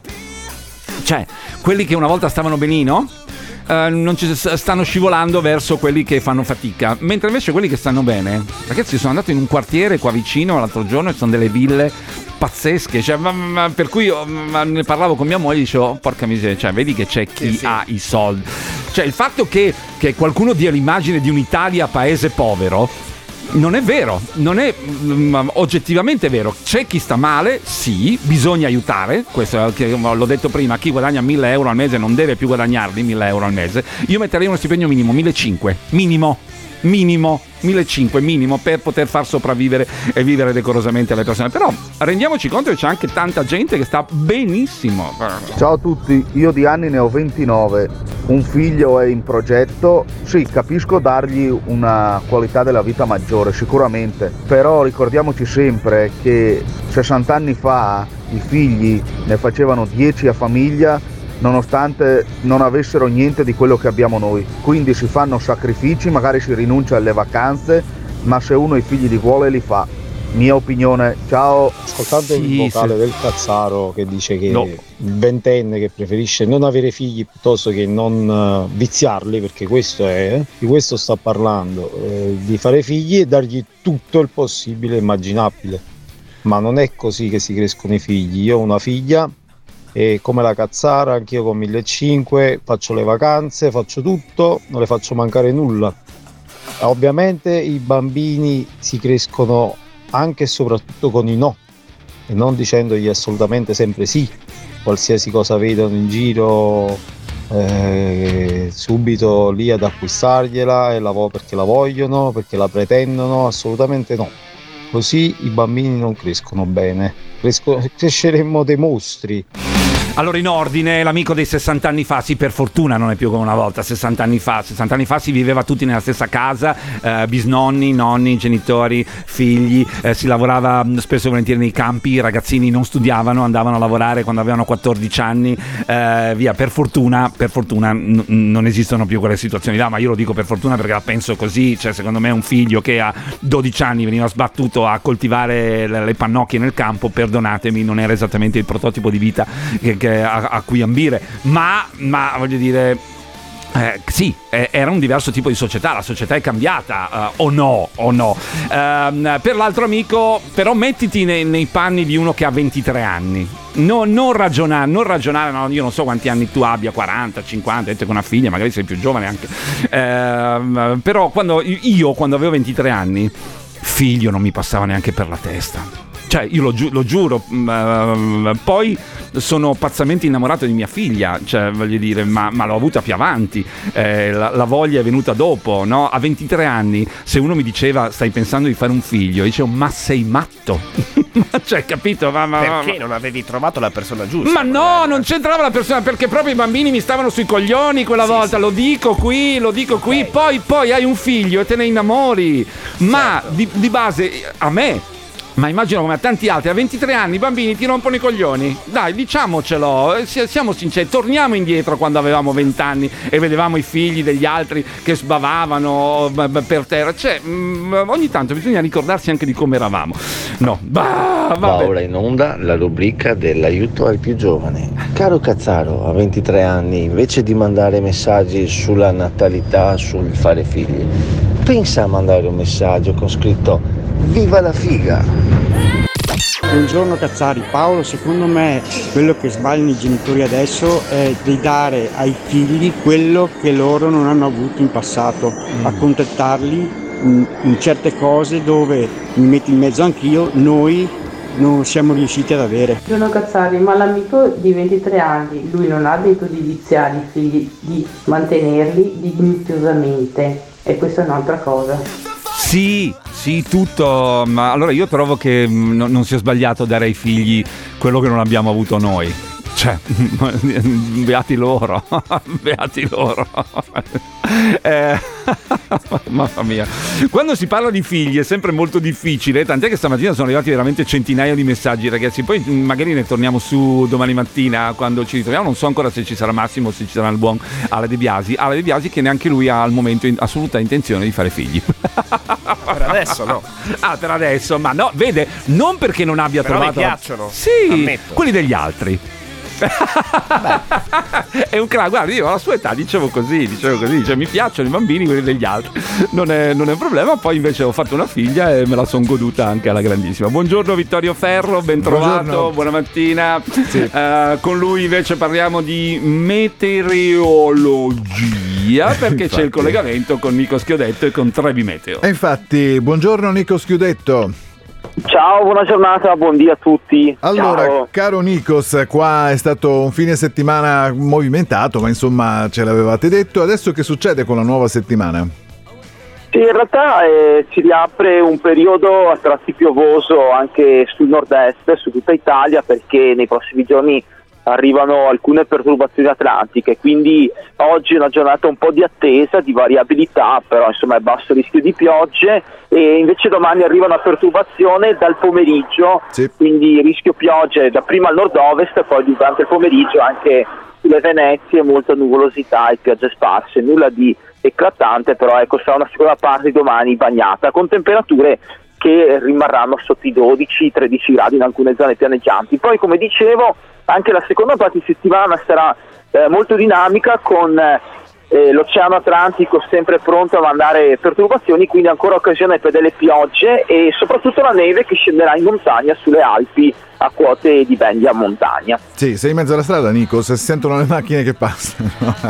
Cioè, quelli che una volta stavano benino, Uh, non ci stanno scivolando verso quelli che fanno fatica, mentre invece quelli che stanno bene, ragazzi, sono andato in un quartiere qua vicino l'altro giorno e sono delle ville pazzesche, cioè, ma, ma, per cui oh, ma, ne parlavo con mia moglie e dicevo, oh, porca miseria, cioè, vedi che c'è chi sì, sì. ha i soldi, cioè il fatto che, che qualcuno dia l'immagine di un'Italia paese povero non è vero, non è um, oggettivamente vero. C'è chi sta male, sì, bisogna aiutare, questo che l'ho detto prima, chi guadagna mille euro al mese non deve più guadagnarli mille euro al mese. Io metterei uno stipendio minimo, millecinquecento, minimo, minimo, millecinquecento, minimo, per poter far sopravvivere e vivere decorosamente le persone. Però rendiamoci conto che c'è anche tanta gente che sta benissimo. Ciao a tutti, io di anni ne ho ventinove, un figlio è in progetto, sì, capisco dargli una qualità della vita maggiore sicuramente, però ricordiamoci sempre che sessanta anni fa i figli ne facevano dieci a famiglia nonostante non avessero niente di quello che abbiamo noi, quindi si fanno sacrifici, magari si rinuncia alle vacanze, ma se uno i figli li vuole li fa. Mia opinione, ciao. Ascoltando sì, il vocale sì. del Cazzaro che dice che no. il ventenne che preferisce non avere figli piuttosto che non uh, viziarli, perché questo è, eh, di questo sta parlando, eh, di fare figli e dargli tutto il possibile immaginabile, ma non è così che si crescono i figli. Io ho una figlia e come la Cazzara anch'io con millecinquecento faccio le vacanze, faccio tutto, non le faccio mancare nulla. Ovviamente i bambini si crescono anche e soprattutto con i no e non dicendogli assolutamente sempre sì, qualsiasi cosa vedono in giro eh, subito lì ad acquistargliela e la vo- perché la vogliono, perché la pretendono, assolutamente no. Così i bambini non crescono bene, Cresco- cresceremmo dei mostri. Allora, in ordine, l'amico dei sessanta anni fa, sì, per fortuna non è più come una volta, sessanta anni fa, sessanta anni fa si viveva tutti nella stessa casa, eh, bisnonni, nonni, genitori, figli, eh, si lavorava spesso e volentieri nei campi, i ragazzini non studiavano, andavano a lavorare quando avevano quattordici anni, eh, via, per fortuna, per fortuna n- non esistono più quelle situazioni là, ma io lo dico per fortuna perché la penso così, cioè secondo me un figlio che a dodici anni veniva sbattuto a coltivare le, le pannocchie nel campo, perdonatemi, non era esattamente il prototipo di vita che A, a cui ambire, ma, ma voglio dire eh, sì, eh, era un diverso tipo di società, la società è cambiata, uh, o no, o no. Uh, per l'altro amico, però mettiti nei, nei panni di uno che ha ventitré anni, no, non ragionare, non ragionare, no, io non so quanti anni tu abbia, quaranta, cinquanta, con una figlia, magari sei più giovane anche, uh, però quando io, quando avevo ventitré anni, figlio non mi passava neanche per la testa. Cioè, io lo, gi- lo giuro, uh, poi sono pazzamente innamorato di mia figlia, cioè, voglio dire, ma, ma l'ho avuta più avanti, eh, la, la voglia è venuta dopo, no? A ventitré anni, se uno mi diceva stai pensando di fare un figlio, dicevo, ma sei matto? Cioè, capito? Ma, ma, perché ma... non avevi trovato la persona giusta? Ma no, non c'entrava la persona, perché proprio i bambini mi stavano sui coglioni quella sì, volta, sì. Lo dico qui, lo dico qui, okay. poi, poi hai un figlio e te ne innamori, ma certo. di, di base, a me... Ma immagino come a tanti altri, a ventitré anni i bambini ti rompono i coglioni. Dai, diciamocelo, siamo sinceri, torniamo indietro quando avevamo venti anni e vedevamo i figli degli altri che sbavavano per terra. Cioè, ogni tanto bisogna ricordarsi anche di come eravamo. No, bah, va ora in onda la rubrica dell'aiuto ai più giovani. Caro Cazzaro, a ventitré anni, invece di mandare messaggi sulla natalità, sul fare figli, pensa a mandare un messaggio con scritto viva la figa. Buongiorno Cazzari, Paolo, secondo me quello che sbagliano i genitori adesso è di dare ai figli quello che loro non hanno avuto in passato, mm. accontentarli in, in certe cose dove mi metto in mezzo anch'io, noi non siamo riusciti ad avere. Buongiorno Cazzari, ma l'amico di ventitré anni, lui non ha detto di viziare i figli, di mantenerli dignitosamente, e questa è un'altra cosa. Sì, sì, tutto, ma allora io trovo che mh, non sia sbagliato dare ai figli quello che non abbiamo avuto noi. Cioè, beati loro, beati loro. Eh, mamma mia, quando si parla di figli è sempre molto difficile, tant'è che stamattina sono arrivati veramente centinaia di messaggi, ragazzi. Poi magari ne torniamo su domani mattina quando ci ritroviamo. Non so ancora se ci sarà Massimo o se ci sarà il buon Ale De Biasi. Ale De Biasi che neanche lui ha al momento in assoluta intenzione di fare figli. Per adesso no. Ah, per adesso, ma no, vede, non perché non abbia però trovato. mi piacciono. Sì, ammetto. quelli degli altri. È un crack, guarda, io alla sua età dicevo così, dicevo così, cioè mi piacciono i bambini, quelli degli altri, non è, non è un problema. Poi invece ho fatto una figlia e me la son goduta anche alla grandissima. Buongiorno Vittorio Ferro, ben trovato, Buongiorno. buona mattina. Sì. Uh, con lui invece parliamo di meteorologia, perché c'è il collegamento con Nico Schiodetto e con Trebi Meteo. E infatti, buongiorno Nico Schiudetto. Ciao, buona giornata, buondì a tutti. Allora, Ciao. caro Nikos, qua è stato un fine settimana movimentato, ma insomma ce l'avevate detto. Adesso che succede con la nuova settimana? Sì, in realtà eh, si riapre un periodo a tratti piovoso anche sul nord-est, su tutta Italia, perché nei prossimi giorni arrivano alcune perturbazioni atlantiche, quindi oggi è una giornata un po' di attesa, di variabilità, però insomma è basso rischio di piogge, e invece domani arriva una perturbazione dal pomeriggio, sì. Quindi rischio piogge dapprima al nord-ovest e poi durante il pomeriggio anche sulle Venezie, molta nuvolosità e piogge sparse, nulla di eclatante, però ecco sarà una seconda parte di domani bagnata, con temperature che rimarranno sotto i dodici tredici gradi in alcune zone pianeggianti. Poi, come dicevo, anche la seconda parte di settimana sarà eh, molto dinamica, con eh, l'Oceano Atlantico sempre pronto a mandare perturbazioni, quindi ancora occasione per delle piogge e soprattutto la neve che scenderà in montagna sulle Alpi a quote di ben a montagna. Sì, sei in mezzo alla strada, Nico, se si sentono le macchine che passano.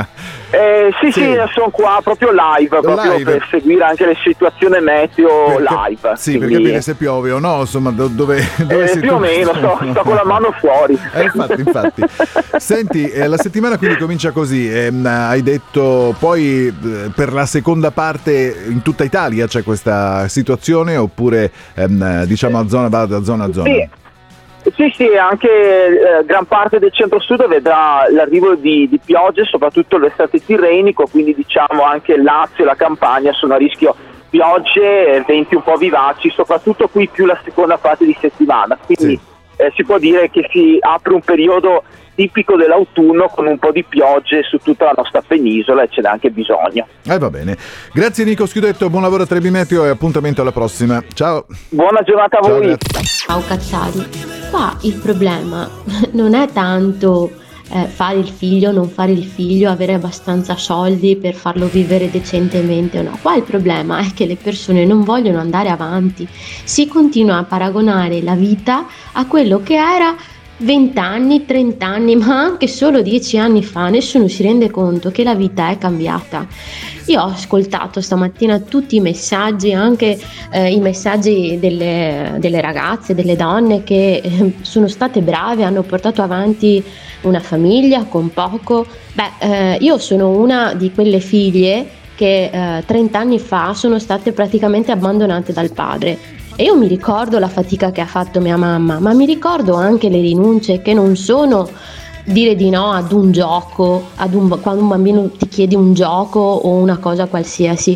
Eh, sì, sì, sì, sono qua proprio live, proprio live. per seguire anche le situazioni meteo Per cap- live. Sì, quindi... per capire se piove o no, insomma, do- dove, dove eh, sei più tu? o meno, sto, sto con la mano fuori. Eh, infatti, infatti. Senti, eh, la settimana quindi comincia così, ehm, hai detto poi eh, per la seconda parte in tutta Italia c'è questa situazione, oppure ehm, diciamo a zona va da zona a zona? Sì. Sì, sì, anche eh, gran parte del centro-sud vedrà l'arrivo di, di piogge, soprattutto il versante tirrenico, quindi diciamo anche il Lazio e la Campania sono a rischio piogge e venti un po' vivaci, soprattutto qui più la seconda parte di settimana, quindi sì. eh, si può dire che si apre un periodo tipico dell'autunno con un po' di piogge su tutta la nostra penisola e ce n'è anche bisogno. Eh, va bene. Grazie Nico Schiudetto, buon lavoro a Trebi Meteo e appuntamento alla prossima. Ciao. Buona giornata a Ciao, voi. grazie. Ciao Cazzari. Qua il problema non è tanto eh, fare il figlio, non fare il figlio, avere abbastanza soldi per farlo vivere decentemente o no. Qua il problema è che le persone non vogliono andare avanti. Si continua a paragonare la vita a quello che era venti anni, trenta anni, ma anche solo dieci anni fa. Nessuno si rende conto che la vita è cambiata. Io ho ascoltato stamattina tutti i messaggi, anche eh, i messaggi delle, delle ragazze, delle donne che eh, sono state brave, hanno portato avanti una famiglia con poco. Beh, eh, io sono una di quelle figlie che eh, trenta anni fa sono state praticamente abbandonate dal padre. E io mi ricordo la fatica che ha fatto mia mamma, ma mi ricordo anche le rinunce, che non sono dire di no ad un gioco, ad un, quando un bambino ti chiede un gioco o una cosa qualsiasi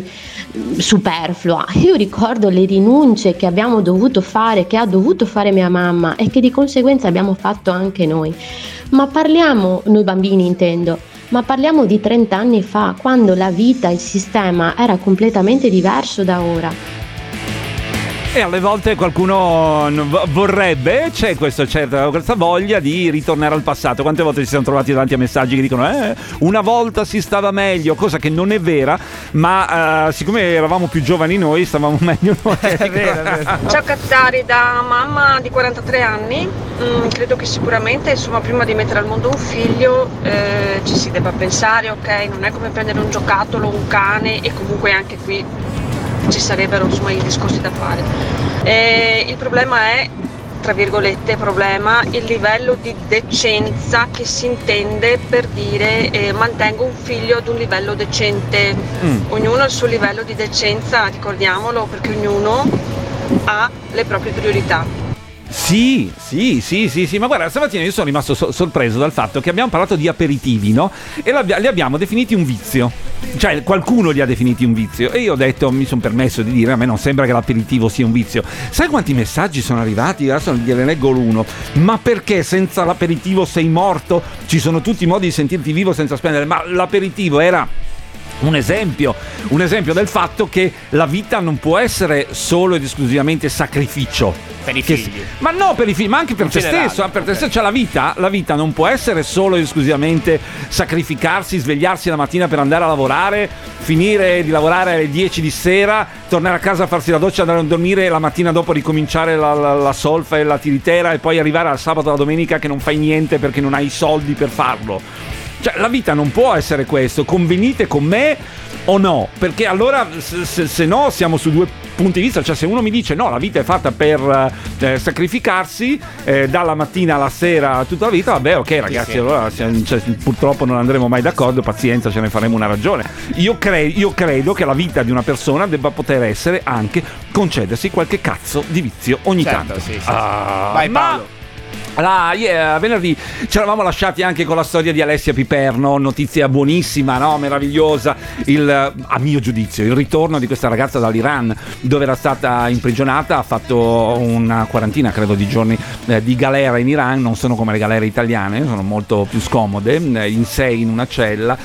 superflua. Io ricordo le rinunce che abbiamo dovuto fare, che ha dovuto fare mia mamma e che di conseguenza abbiamo fatto anche noi. Ma parliamo, noi bambini intendo, ma parliamo di trenta anni fa, quando la vita, il sistema era completamente diverso da ora. E alle volte qualcuno vorrebbe, c'è questo, certo, questa voglia di ritornare al passato. Quante volte ci siamo trovati davanti a messaggi che dicono eh, una volta si stava meglio, cosa che non è vera, ma uh, siccome eravamo più giovani noi stavamo meglio noi. È vero, è vero. Ciao Cazzari, da mamma di quarantatré anni, mm, credo che sicuramente insomma prima di mettere al mondo un figlio eh, ci si debba pensare, ok, non è come prendere un giocattolo, un cane, e comunque anche qui ci sarebbero insomma i discorsi da fare. E il problema è tra virgolette, problema il livello di decenza che si intende per dire eh, mantengo un figlio ad un livello decente. Mm. Ognuno ha il suo livello di decenza, ricordiamolo, perché ognuno ha le proprie priorità. Sì, sì, sì, sì, sì, ma guarda, stamattina io sono rimasto so- sorpreso dal fatto che abbiamo parlato di aperitivi, no? E li abbiamo definiti un vizio. Cioè, qualcuno li ha definiti un vizio. E io ho detto, mi sono permesso di dire, a me non sembra che l'aperitivo sia un vizio. Sai quanti messaggi sono arrivati? Adesso gliene leggo l'uno. Ma perché senza l'aperitivo sei morto? Ci sono tutti i modi di sentirti vivo senza spendere. Ma l'aperitivo era... Un esempio, un esempio del fatto che la vita non può essere solo ed esclusivamente sacrificio. Per i Che- figli. ma no, per i figli, ma anche per In te generale, stesso. Per te ok. stesso. Cioè, la vita, la vita non può essere solo ed esclusivamente sacrificarsi, svegliarsi la mattina per andare a lavorare, finire di lavorare alle dieci di sera, tornare a casa a farsi la doccia, andare a dormire e la mattina dopo ricominciare la, la, la solfa e la tiritera e poi arrivare al sabato e alla domenica che non fai niente perché non hai i soldi per farlo. Cioè, la vita non può essere questo. Convenite con me o no? Perché allora se, se, se no siamo su due punti di vista. Cioè, se uno mi dice no, la vita è fatta per eh, sacrificarsi eh, dalla mattina alla sera tutta la vita, vabbè, ok ragazzi, sì. allora se- cioè, purtroppo non andremo mai d'accordo, pazienza, ce ne faremo una ragione. Io, cre- io credo che la vita di una persona debba poter essere anche concedersi qualche cazzo di vizio ogni Certo, tanto. sì, sì, sì. Ah, Vai, ma- Paolo. Ah, yeah, venerdì ci eravamo lasciati anche con la storia di Alessia Piperno, notizia buonissima, no? Meravigliosa, il, a mio giudizio, il ritorno di questa ragazza dall'Iran dove era stata imprigionata, ha fatto una quarantina credo di giorni eh, di galera in Iran, non sono come le galere italiane, sono molto più scomode, eh, in sei in una cella.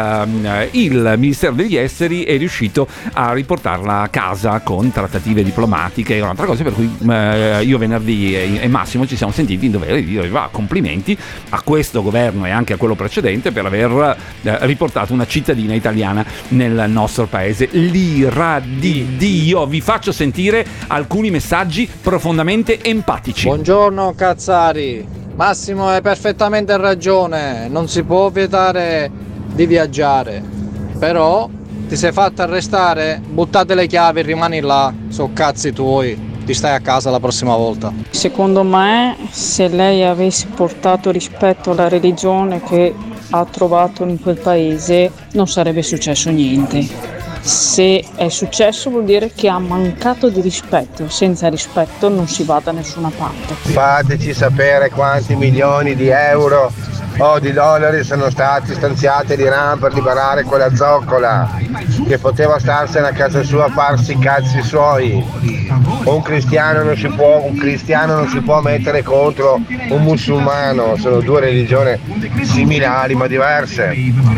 Eh, il Ministero degli Esteri è riuscito a riportarla a casa con trattative diplomatiche e un'altra cosa, per cui eh, io venerdì e, e Massimo ci siamo sentiti in dovere di dire va, complimenti a questo governo e anche a quello precedente per aver eh, riportato una cittadina italiana nel nostro paese. L'ira di Dio. Vi faccio sentire alcuni messaggi profondamente empatici. Buongiorno Cazzari, Massimo hai perfettamente ragione, non si può vietare di viaggiare, però ti sei fatto arrestare, buttate le chiavi e rimani là, so cazzi tuoi. Ti stai a casa la prossima volta. Secondo me, se lei avesse portato rispetto alla religione che ha trovato in quel paese, non sarebbe successo niente. Se è successo vuol dire che ha mancato di rispetto. Senza rispetto non si va da nessuna parte. Fateci sapere quanti milioni di euro o di dollari sono stati stanziati all'Iran per liberare quella zoccola che poteva starsene a casa sua a farsi i cazzi suoi. Un cristiano non si può, un cristiano non si può mettere contro un musulmano, sono due religioni similari ma diverse.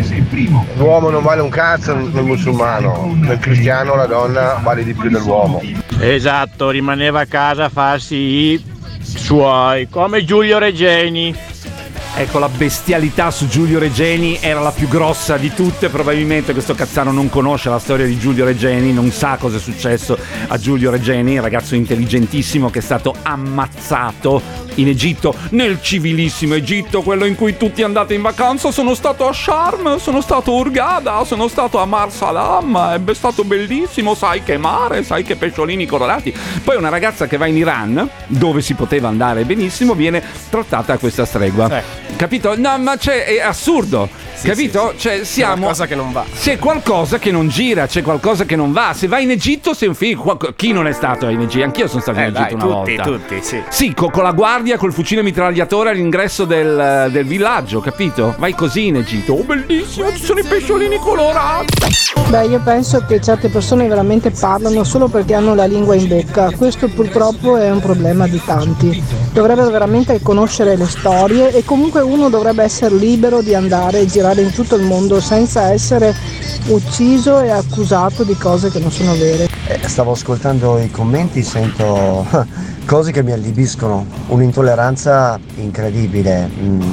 L'uomo non vale un cazzo nel musulmano, nel cristiano la donna vale di più dell'uomo. Esatto, rimaneva a casa a farsi i suoi, come Giulio Regeni. Ecco, la bestialità su Giulio Regeni era la più grossa di tutte. Probabilmente questo cazzaro non conosce la storia di Giulio Regeni, non sa cosa è successo a Giulio Regeni, ragazzo intelligentissimo che è stato ammazzato in Egitto, nel civilissimo Egitto, quello in cui tutti andate in vacanza. Sono stato a Sharm, sono stato a Hurghada, sono stato a Mar Salam, è stato bellissimo, sai che mare, sai che pesciolini colorati. Poi una ragazza che va in Iran, dove si poteva andare benissimo, viene trattata a questa stregua. Eh. Capito? No, ma c'è, è assurdo. Sì, capito? sì, sì. Cioè, siamo. C'è qualcosa che non va. C'è qualcosa che non gira, c'è qualcosa che non va. Se vai in Egitto sei un figo. Chi non è stato in Egitto? Anch'io sono stato in Eh, Egitto dai, una tutti, volta. tutti, sì. Sì, co- con la guardia, col fucile mitragliatore all'ingresso del, del villaggio, capito? Vai così in Egitto. Oh, bellissimo, ci sono i pesciolini colorati. Beh, io penso che certe persone veramente parlano solo perché hanno la lingua in bocca. Questo purtroppo è un problema di tanti. Dovrebbero veramente conoscere le storie e comunque uno dovrebbe essere libero di andare e girare in tutto il mondo senza essere ucciso e accusato di cose che non sono vere. Eh, stavo ascoltando i commenti, sento cose che mi allibiscono, un'intolleranza incredibile. Mm.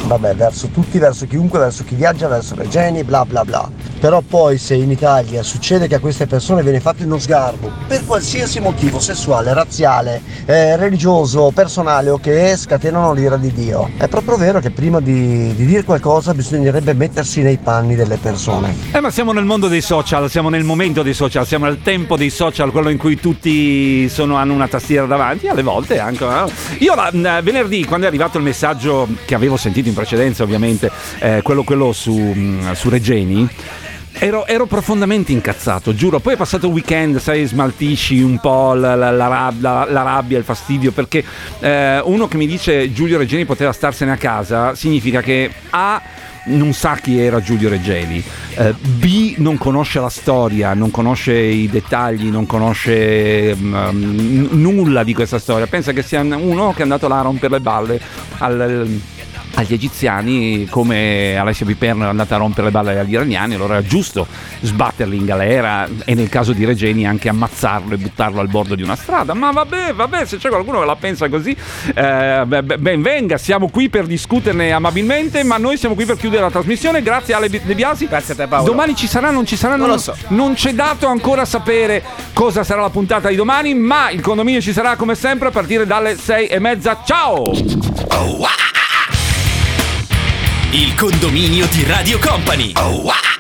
vabbè, verso tutti, verso chiunque, verso chi viaggia, verso le geni, bla bla bla. Però poi se in Italia succede che a queste persone viene fatto uno sgarbo per qualsiasi motivo sessuale, razziale, eh, religioso, personale o che scatenano l'ira di Dio, è proprio vero che prima di, di dire qualcosa bisognerebbe mettersi nei panni delle persone. Eh ma siamo nel mondo dei social, siamo nel momento dei social, siamo nel tempo dei social, quello in cui tutti sono, hanno una tastiera davanti, alle volte anche. Eh. Io la, venerdì, quando è arrivato il messaggio che avevo sentito in precedenza ovviamente, eh, quello, quello su, su Regeni, Ero, ero profondamente incazzato, giuro. Poi è passato il weekend, sai, smaltisci un po' la, la, la, rabbia, la rabbia, il fastidio, perché eh, uno che mi dice Giulio Regeni poteva starsene a casa significa che A, non sa chi era Giulio Regeni, eh, B, non conosce la storia, non conosce i dettagli, non conosce um, nulla di questa storia, pensa che sia uno che è andato là a rompere le balle al... agli egiziani, come Alessia Piperno è andata a rompere le balle agli iraniani. Allora era giusto sbatterli in galera e nel caso di Regeni anche ammazzarlo e buttarlo al bordo di una strada. Ma vabbè, vabbè, se c'è qualcuno che la pensa così, eh, ben venga, siamo qui per discuterne amabilmente, ma noi siamo qui per chiudere la trasmissione. Grazie Ale De Biasi. Grazie a te Paolo. Domani ci sarà, non ci sarà, non, non lo so. Non c'è dato ancora sapere cosa sarà la puntata di domani, ma il condominio ci sarà come sempre a partire dalle sei e mezza. Ciao! Oh, wow. Il condominio di Radio Company. Oh, wow.